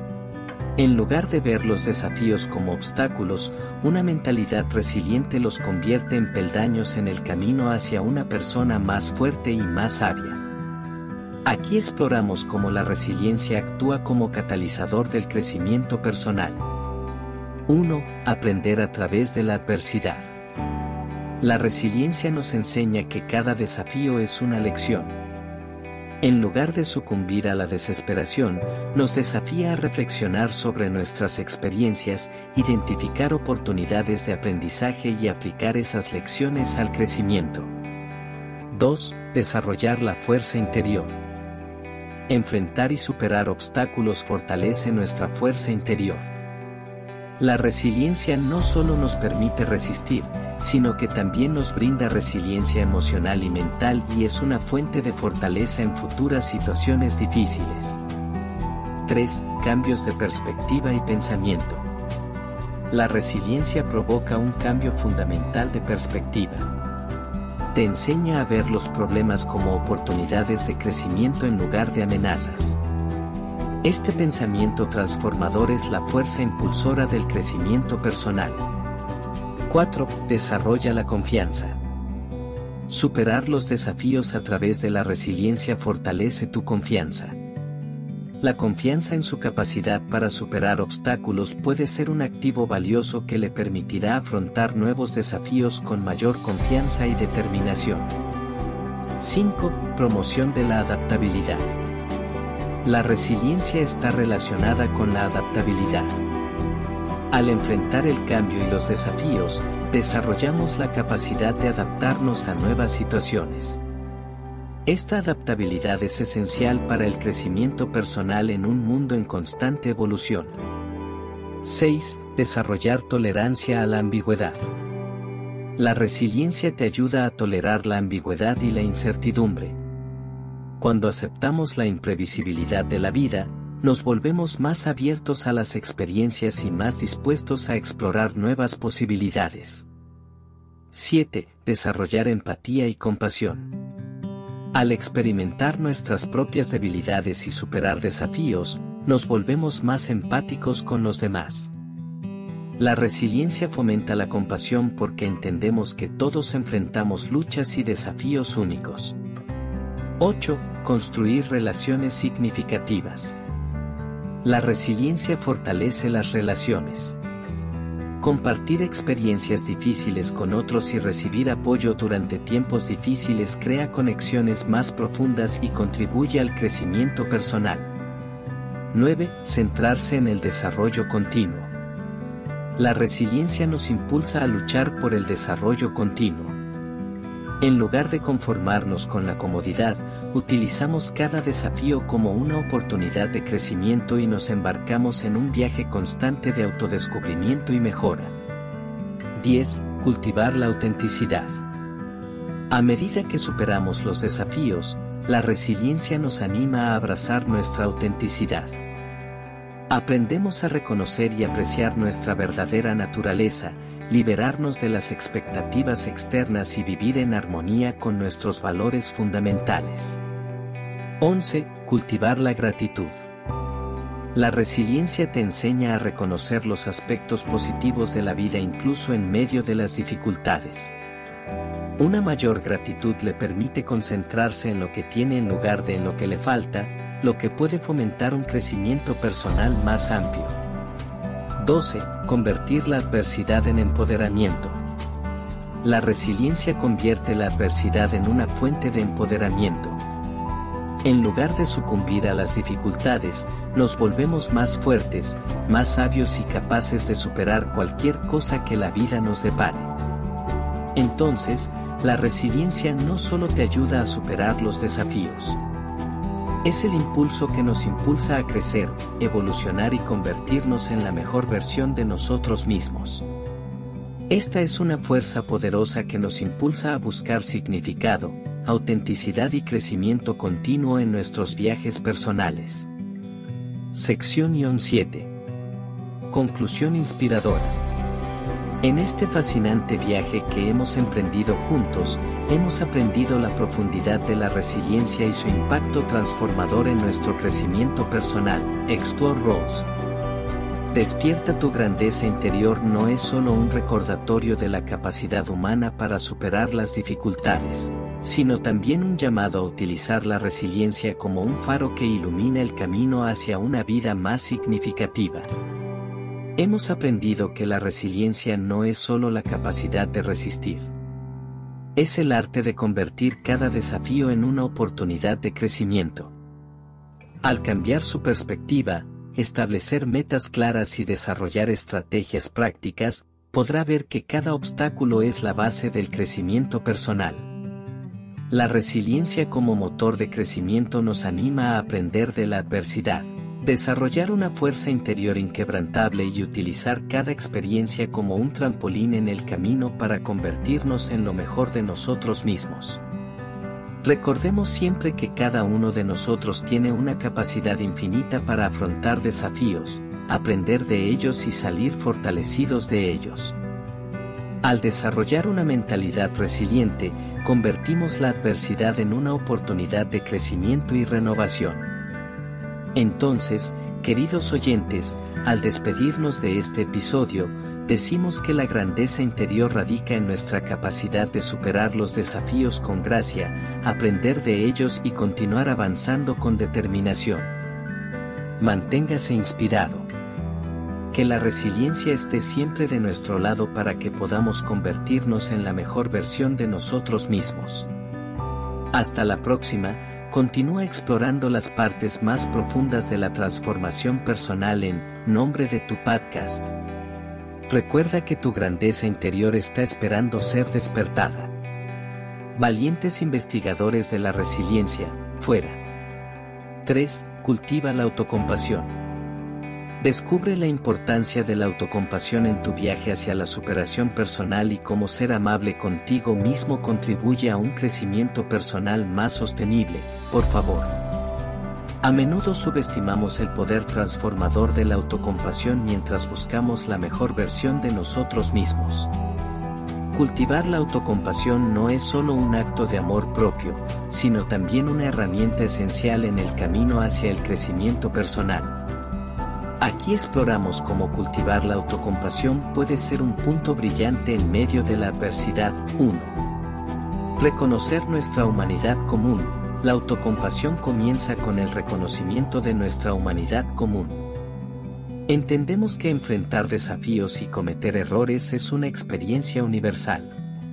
En lugar de ver los desafíos como obstáculos, una mentalidad resiliente los convierte en peldaños en el camino hacia una persona más fuerte y más sabia. Aquí exploramos cómo la resiliencia actúa como catalizador del crecimiento personal. uno. Aprender a través de la adversidad. La resiliencia nos enseña que cada desafío es una lección. En lugar de sucumbir a la desesperación, nos desafía a reflexionar sobre nuestras experiencias, identificar oportunidades de aprendizaje y aplicar esas lecciones al crecimiento. dos. Desarrollar la fuerza interior. Enfrentar y superar obstáculos fortalece nuestra fuerza interior. La resiliencia no solo nos permite resistir, sino que también nos brinda resiliencia emocional y mental y es una fuente de fortaleza en futuras situaciones difíciles. tres. Cambios de perspectiva y pensamiento. La resiliencia provoca un cambio fundamental de perspectiva. Te enseña a ver los problemas como oportunidades de crecimiento en lugar de amenazas. Este pensamiento transformador es la fuerza impulsora del crecimiento personal. cuatro. Desarrolla la confianza. Superar los desafíos a través de la resiliencia fortalece tu confianza. La confianza en su capacidad para superar obstáculos puede ser un activo valioso que le permitirá afrontar nuevos desafíos con mayor confianza y determinación. cinco. Promoción de la adaptabilidad. La resiliencia está relacionada con la adaptabilidad. Al enfrentar el cambio y los desafíos, desarrollamos la capacidad de adaptarnos a nuevas situaciones. Esta adaptabilidad es esencial para el crecimiento personal en un mundo en constante evolución. seis. Desarrollar tolerancia a la ambigüedad. La resiliencia te ayuda a tolerar la ambigüedad y la incertidumbre. Cuando aceptamos la imprevisibilidad de la vida, nos volvemos más abiertos a las experiencias y más dispuestos a explorar nuevas posibilidades. siete. Desarrollar empatía y compasión. Al experimentar nuestras propias debilidades y superar desafíos, nos volvemos más empáticos con los demás. La resiliencia fomenta la compasión porque entendemos que todos enfrentamos luchas y desafíos únicos. ocho. Construir relaciones significativas. La resiliencia fortalece las relaciones. Compartir experiencias difíciles con otros y recibir apoyo durante tiempos difíciles crea conexiones más profundas y contribuye al crecimiento personal. nueve. Centrarse en el desarrollo continuo. La resiliencia nos impulsa a luchar por el desarrollo continuo. En lugar de conformarnos con la comodidad, utilizamos cada desafío como una oportunidad de crecimiento y nos embarcamos en un viaje constante de autodescubrimiento y mejora. diez. Cultivar la autenticidad. A medida que superamos los desafíos, la resiliencia nos anima a abrazar nuestra autenticidad. Aprendemos a reconocer y apreciar nuestra verdadera naturaleza, liberarnos de las expectativas externas y vivir en armonía con nuestros valores fundamentales. once. Cultivar la gratitud. La resiliencia te enseña a reconocer los aspectos positivos de la vida incluso en medio de las dificultades. Una mayor gratitud le permite concentrarse en lo que tiene en lugar de en lo que le falta, lo que puede fomentar un crecimiento personal más amplio. doce. Convertir la adversidad en empoderamiento. La resiliencia convierte la adversidad en una fuente de empoderamiento. En lugar de sucumbir a las dificultades, nos volvemos más fuertes, más sabios y capaces de superar cualquier cosa que la vida nos depare. Entonces, la resiliencia no solo te ayuda a superar los desafíos. Es el impulso que nos impulsa a crecer, evolucionar y convertirnos en la mejor versión de nosotros mismos. Esta es una fuerza poderosa que nos impulsa a buscar significado, autenticidad y crecimiento continuo en nuestros viajes personales. Sección siete. Conclusión inspiradora. En este fascinante viaje que hemos emprendido juntos, hemos aprendido la profundidad de la resiliencia y su impacto transformador en nuestro crecimiento personal. Explore Rose. Despierta tu grandeza interior no es solo un recordatorio de la capacidad humana para superar las dificultades, sino también un llamado a utilizar la resiliencia como un faro que ilumina el camino hacia una vida más significativa. Hemos aprendido que la resiliencia no es solo la capacidad de resistir. Es el arte de convertir cada desafío en una oportunidad de crecimiento. Al cambiar su perspectiva, establecer metas claras y desarrollar estrategias prácticas, podrá ver que cada obstáculo es la base del crecimiento personal. La resiliencia como motor de crecimiento nos anima a aprender de la adversidad, desarrollar una fuerza interior inquebrantable y utilizar cada experiencia como un trampolín en el camino para convertirnos en lo mejor de nosotros mismos. Recordemos siempre que cada uno de nosotros tiene una capacidad infinita para afrontar desafíos, aprender de ellos y salir fortalecidos de ellos. Al desarrollar una mentalidad resiliente, convertimos la adversidad en una oportunidad de crecimiento y renovación. Entonces, queridos oyentes, al despedirnos de este episodio, decimos que la grandeza interior radica en nuestra capacidad de superar los desafíos con gracia, aprender de ellos y continuar avanzando con determinación. Manténgase inspirado. Que la resiliencia esté siempre de nuestro lado para que podamos convertirnos en la mejor versión de nosotros mismos. Hasta la próxima, continúa explorando las partes más profundas de la transformación personal en Nombre de tu podcast. Recuerda que tu grandeza interior está esperando ser despertada. Valientes investigadores de la resiliencia, fuera. tres. Cultiva la autocompasión. Descubre la importancia de la autocompasión en tu viaje hacia la superación personal y cómo ser amable contigo mismo contribuye a un crecimiento personal más sostenible, por favor. A menudo subestimamos el poder transformador de la autocompasión mientras buscamos la mejor versión de nosotros mismos. Cultivar la autocompasión no es solo un acto de amor propio, sino también una herramienta esencial en el camino hacia el crecimiento personal. Aquí exploramos cómo cultivar la autocompasión puede ser un punto brillante en medio de la adversidad. uno. Reconocer nuestra humanidad común. La autocompasión comienza con el reconocimiento de nuestra humanidad común. Entendemos que enfrentar desafíos y cometer errores es una experiencia universal.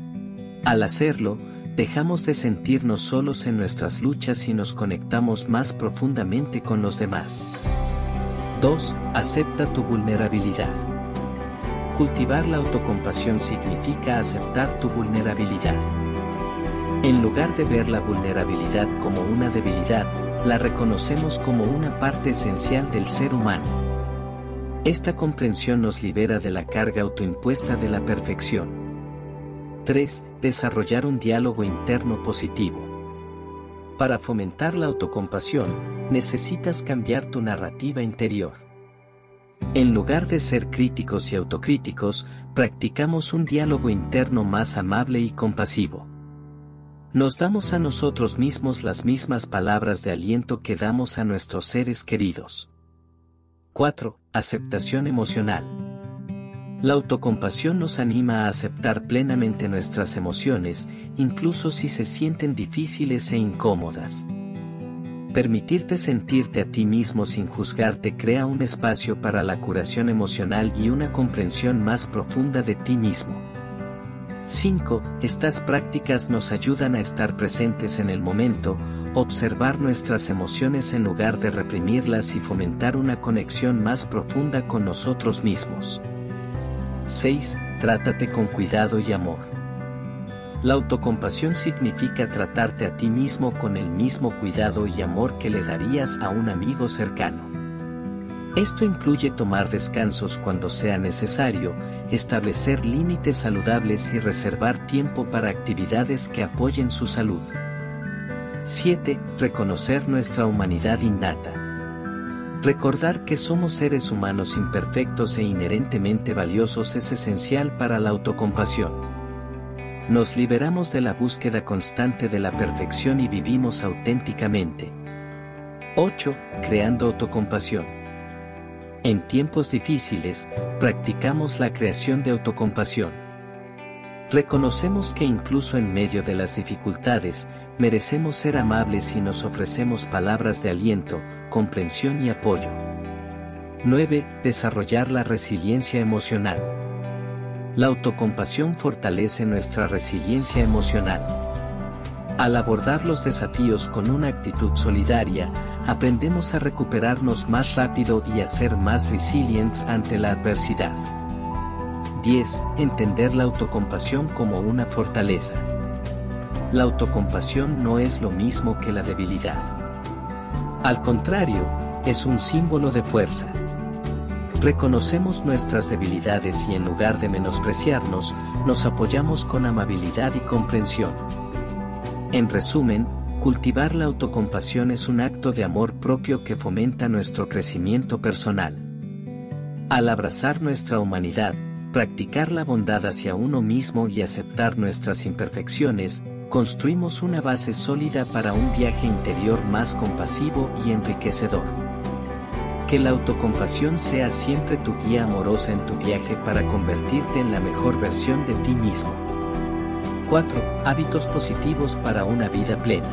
Al hacerlo, dejamos de sentirnos solos en nuestras luchas y nos conectamos más profundamente con los demás. dos. Acepta tu vulnerabilidad. Cultivar la autocompasión significa aceptar tu vulnerabilidad. En lugar de ver la vulnerabilidad como una debilidad, la reconocemos como una parte esencial del ser humano. Esta comprensión nos libera de la carga autoimpuesta de la perfección. tres. Desarrollar un diálogo interno positivo. Para fomentar la autocompasión, necesitas cambiar tu narrativa interior. En lugar de ser críticos y autocríticos, practicamos un diálogo interno más amable y compasivo. Nos damos a nosotros mismos las mismas palabras de aliento que damos a nuestros seres queridos. cuatro. Aceptación emocional. La autocompasión nos anima a aceptar plenamente nuestras emociones, incluso si se sienten difíciles e incómodas. Permitirte sentirte a ti mismo sin juzgarte crea un espacio para la curación emocional y una comprensión más profunda de ti mismo. cinco. Estas prácticas nos ayudan a estar presentes en el momento, observar nuestras emociones en lugar de reprimirlas y fomentar una conexión más profunda con nosotros mismos. seis. Trátate con cuidado y amor. La autocompasión significa tratarte a ti mismo con el mismo cuidado y amor que le darías a un amigo cercano. Esto incluye tomar descansos cuando sea necesario, establecer límites saludables y reservar tiempo para actividades que apoyen su salud. siete. Reconocer nuestra humanidad innata. Recordar que somos seres humanos imperfectos e inherentemente valiosos es esencial para la autocompasión. Nos liberamos de la búsqueda constante de la perfección y vivimos auténticamente. ocho. Creando autocompasión. En tiempos difíciles, practicamos la creación de autocompasión. Reconocemos que incluso en medio de las dificultades, merecemos ser amables y nos ofrecemos palabras de aliento, comprensión y apoyo. nueve. Desarrollar la resiliencia emocional. La autocompasión fortalece nuestra resiliencia emocional. Al abordar los desafíos con una actitud solidaria, aprendemos a recuperarnos más rápido y a ser más resilientes ante la adversidad. diez. Entender la autocompasión como una fortaleza. La autocompasión no es lo mismo que la debilidad. Al contrario, es un símbolo de fuerza. Reconocemos nuestras debilidades y en lugar de menospreciarnos, nos apoyamos con amabilidad y comprensión. En resumen, cultivar la autocompasión es un acto de amor propio que fomenta nuestro crecimiento personal. Al abrazar nuestra humanidad, practicar la bondad hacia uno mismo y aceptar nuestras imperfecciones, construimos una base sólida para un viaje interior más compasivo y enriquecedor. Que la autocompasión sea siempre tu guía amorosa en tu viaje para convertirte en la mejor versión de ti mismo. cuatro. Hábitos positivos para una vida plena.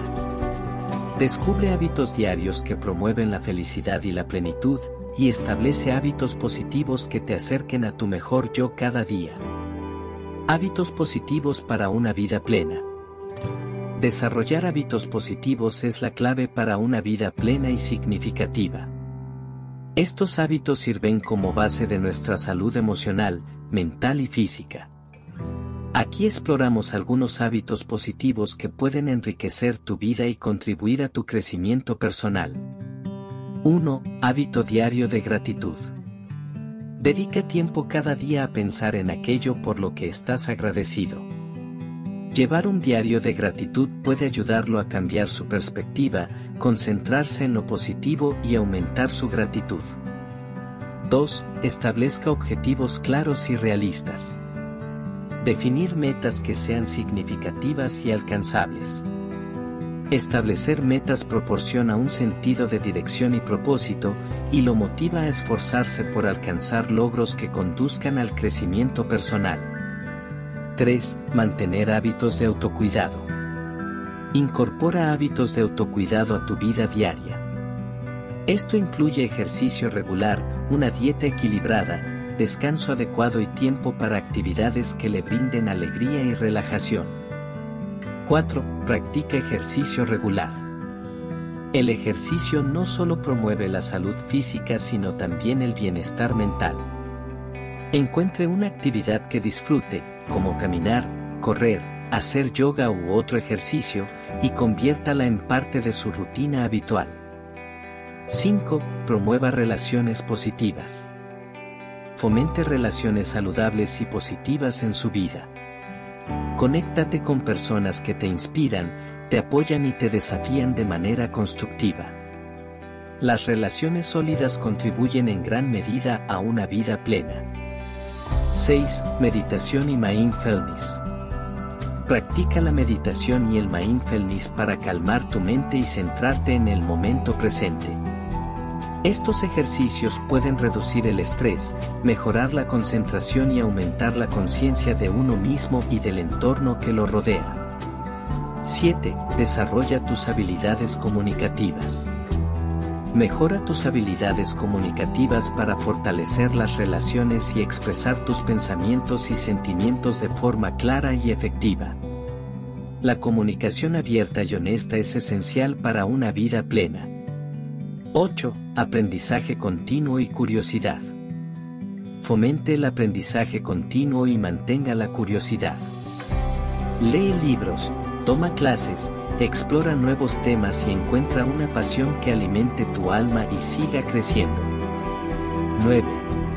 Descubre hábitos diarios que promueven la felicidad y la plenitud, y establece hábitos positivos que te acerquen a tu mejor yo cada día. Hábitos positivos para una vida plena. Desarrollar hábitos positivos es la clave para una vida plena y significativa. Estos hábitos sirven como base de nuestra salud emocional, mental y física. Aquí exploramos algunos hábitos positivos que pueden enriquecer tu vida y contribuir a tu crecimiento personal. uno. Hábito diario de gratitud. Dedica tiempo cada día a pensar en aquello por lo que estás agradecido. Llevar un diario de gratitud puede ayudarlo a cambiar su perspectiva, concentrarse en lo positivo y aumentar su gratitud. dos. Establezca objetivos claros y realistas. Definir metas que sean significativas y alcanzables. Establecer metas proporciona un sentido de dirección y propósito, y lo motiva a esforzarse por alcanzar logros que conduzcan al crecimiento personal. tres. Mantener hábitos de autocuidado. Incorpora hábitos de autocuidado a tu vida diaria. Esto incluye ejercicio regular, una dieta equilibrada, descanso adecuado y tiempo para actividades que le brinden alegría y relajación. cuatro. Practica ejercicio regular. El ejercicio no solo promueve la salud física sino también el bienestar mental. Encuentre una actividad que disfrute, como caminar, correr, hacer yoga u otro ejercicio, y conviértala en parte de su rutina habitual. cinco. Promueva relaciones positivas. Fomente relaciones saludables y positivas en su vida. Conéctate con personas que te inspiran, te apoyan y te desafían de manera constructiva. Las relaciones sólidas contribuyen en gran medida a una vida plena. seis. Meditación y mindfulness. Practica la meditación y el mindfulness para calmar tu mente y centrarte en el momento presente. Estos ejercicios pueden reducir el estrés, mejorar la concentración y aumentar la conciencia de uno mismo y del entorno que lo rodea. siete. Desarrolla tus habilidades comunicativas. Mejora tus habilidades comunicativas para fortalecer las relaciones y expresar tus pensamientos y sentimientos de forma clara y efectiva. La comunicación abierta y honesta es esencial para una vida plena. ocho. Aprendizaje continuo y curiosidad. Fomente el aprendizaje continuo y mantenga la curiosidad. Lee libros, toma clases, explora nuevos temas y encuentra una pasión que alimente tu alma y siga creciendo. nueve.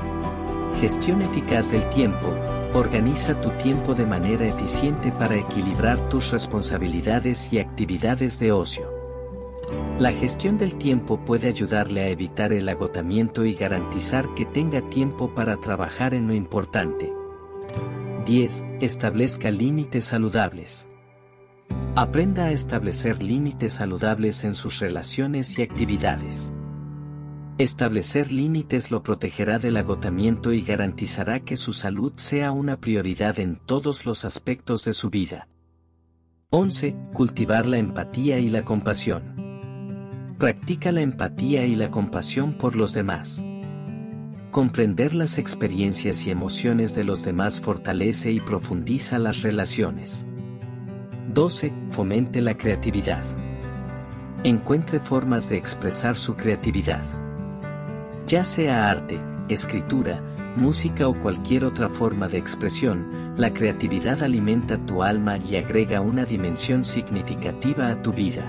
Gestión eficaz del tiempo. Organiza tu tiempo de manera eficiente para equilibrar tus responsabilidades y actividades de ocio. La gestión del tiempo puede ayudarle a evitar el agotamiento y garantizar que tenga tiempo para trabajar en lo importante. diez. Establezca límites saludables. Aprenda a establecer límites saludables en sus relaciones y actividades. Establecer límites lo protegerá del agotamiento y garantizará que su salud sea una prioridad en todos los aspectos de su vida. once. Cultivar la empatía y la compasión. Practica la empatía y la compasión por los demás. Comprender las experiencias y emociones de los demás fortalece y profundiza las relaciones. doce. Fomente la creatividad. Encuentre formas de expresar su creatividad. Ya sea arte, escritura, música o cualquier otra forma de expresión, la creatividad alimenta tu alma y agrega una dimensión significativa a tu vida.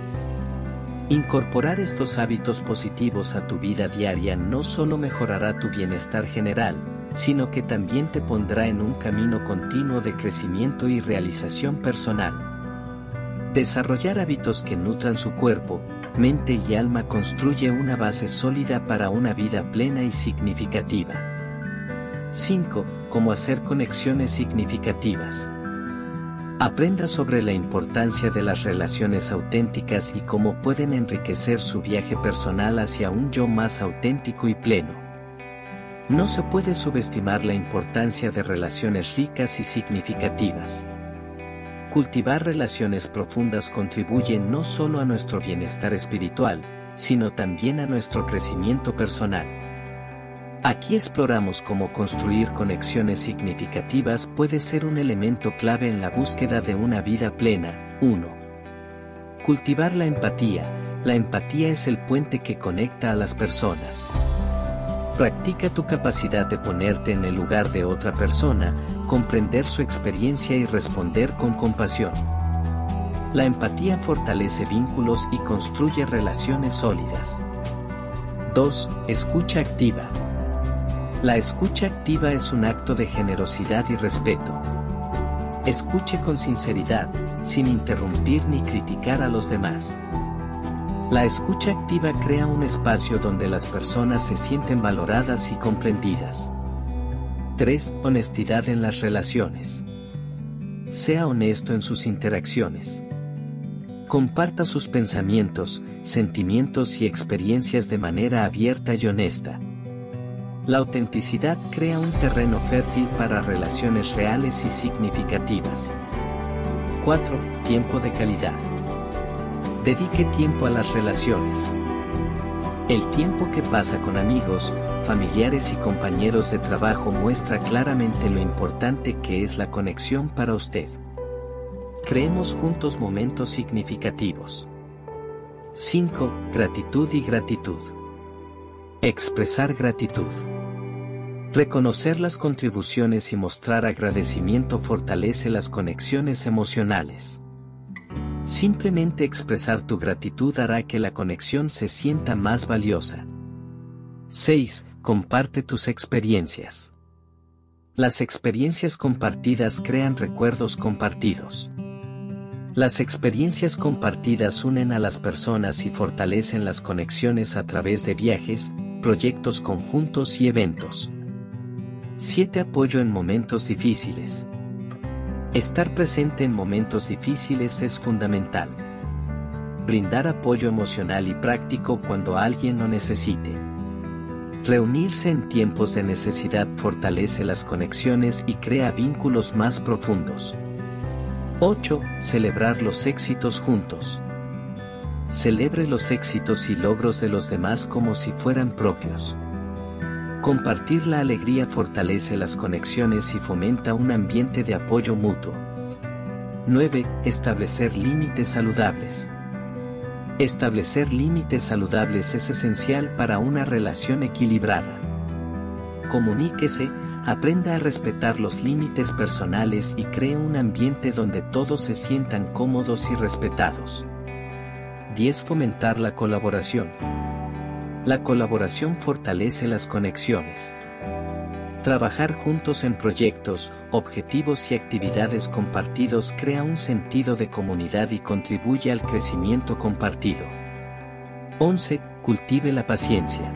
Incorporar estos hábitos positivos a tu vida diaria no solo mejorará tu bienestar general, sino que también te pondrá en un camino continuo de crecimiento y realización personal. Desarrollar hábitos que nutran su cuerpo, mente y alma construye una base sólida para una vida plena y significativa. cinco. Cómo hacer conexiones significativas. Aprenda sobre la importancia de las relaciones auténticas y cómo pueden enriquecer su viaje personal hacia un yo más auténtico y pleno. No se puede subestimar la importancia de relaciones ricas y significativas. Cultivar relaciones profundas contribuye no solo a nuestro bienestar espiritual, sino también a nuestro crecimiento personal. Aquí exploramos cómo construir conexiones significativas puede ser un elemento clave en la búsqueda de una vida plena. uno. Cultivar la empatía. La empatía es el puente que conecta a las personas. Practica tu capacidad de ponerte en el lugar de otra persona, comprender su experiencia y responder con compasión. La empatía fortalece vínculos y construye relaciones sólidas. dos. Escucha activa. La escucha activa es un acto de generosidad y respeto. Escuche con sinceridad, sin interrumpir ni criticar a los demás. La escucha activa crea un espacio donde las personas se sienten valoradas y comprendidas. tres. Honestidad en las relaciones. Sea honesto en sus interacciones. Comparta sus pensamientos, sentimientos y experiencias de manera abierta y honesta. La autenticidad crea un terreno fértil para relaciones reales y significativas. cuatro. Tiempo de calidad. Dedique tiempo a las relaciones. El tiempo que pasa con amigos, familiares y compañeros de trabajo muestra claramente lo importante que es la conexión para usted. Creemos juntos momentos significativos. cinco. Gratitud y gratitud. Expresar gratitud. Reconocer las contribuciones y mostrar agradecimiento fortalece las conexiones emocionales. Simplemente expresar tu gratitud hará que la conexión se sienta más valiosa. seis. Comparte tus experiencias. Las experiencias compartidas crean recuerdos compartidos. Las experiencias compartidas unen a las personas y fortalecen las conexiones a través de viajes, proyectos conjuntos y eventos. siete. Apoyo en momentos difíciles. Estar presente en momentos difíciles es fundamental. Brindar apoyo emocional y práctico cuando alguien lo necesite. Reunirse en tiempos de necesidad fortalece las conexiones y crea vínculos más profundos. ocho. Celebrar los éxitos juntos. Celebre los éxitos y logros de los demás como si fueran propios. Compartir la alegría fortalece las conexiones y fomenta un ambiente de apoyo mutuo. nueve. Establecer límites saludables. Establecer límites saludables es esencial para una relación equilibrada. Comuníquese, aprenda a respetar los límites personales y cree un ambiente donde todos se sientan cómodos y respetados. diez. Fomentar la colaboración. La colaboración fortalece las conexiones. Trabajar juntos en proyectos, objetivos y actividades compartidos crea un sentido de comunidad y contribuye al crecimiento compartido. once. Cultive la paciencia.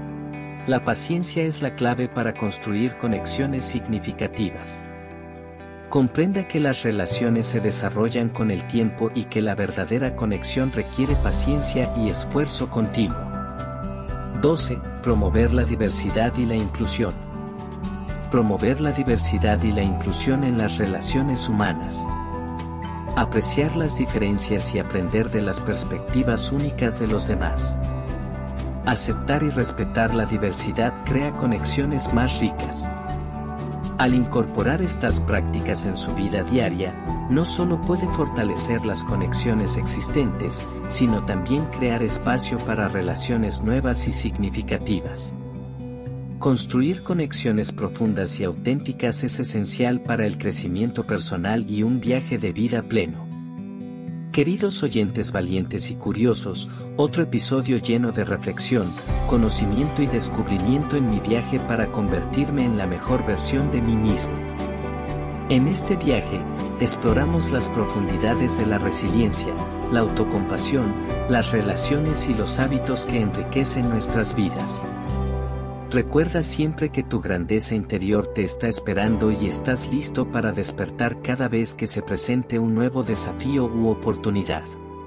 La paciencia es la clave para construir conexiones significativas. Comprenda que las relaciones se desarrollan con el tiempo y que la verdadera conexión requiere paciencia y esfuerzo continuo. doce. Promover la diversidad y la inclusión. Promover la diversidad y la inclusión en las relaciones humanas. Apreciar las diferencias y aprender de las perspectivas únicas de los demás. Aceptar y respetar la diversidad crea conexiones más ricas. Al incorporar estas prácticas en su vida diaria, no solo puede fortalecer las conexiones existentes, sino también crear espacio para relaciones nuevas y significativas. Construir conexiones profundas y auténticas es esencial para el crecimiento personal y un viaje de vida pleno. Queridos oyentes valientes y curiosos, otro episodio lleno de reflexión, conocimiento y descubrimiento en mi viaje para convertirme en la mejor versión de mí mismo. En este viaje, exploramos las profundidades de la resiliencia, la autocompasión, las relaciones y los hábitos que enriquecen nuestras vidas. Recuerda siempre que tu grandeza interior te está esperando y estás listo para despertar cada vez que se presente un nuevo desafío u oportunidad.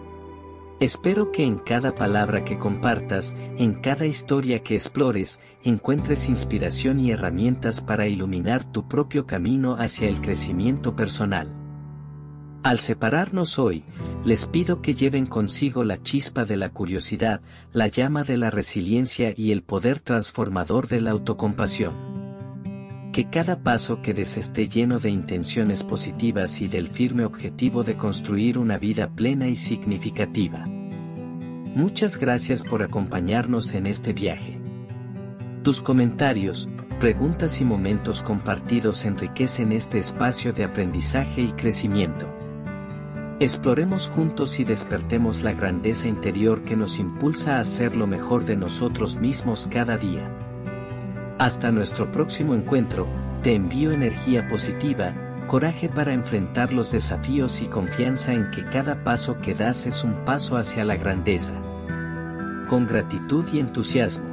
Espero que en cada palabra que compartas, en cada historia que explores, encuentres inspiración y herramientas para iluminar tu propio camino hacia el crecimiento personal. Al separarnos hoy, les pido que lleven consigo la chispa de la curiosidad, la llama de la resiliencia y el poder transformador de la autocompasión. Que cada paso que des esté lleno de intenciones positivas y del firme objetivo de construir una vida plena y significativa. Muchas gracias por acompañarnos en este viaje. Tus comentarios, preguntas y momentos compartidos enriquecen este espacio de aprendizaje y crecimiento. Exploremos juntos y despertemos la grandeza interior que nos impulsa a hacer lo mejor de nosotros mismos cada día. Hasta nuestro próximo encuentro, te envío energía positiva, coraje para enfrentar los desafíos y confianza en que cada paso que das es un paso hacia la grandeza. Con gratitud y entusiasmo.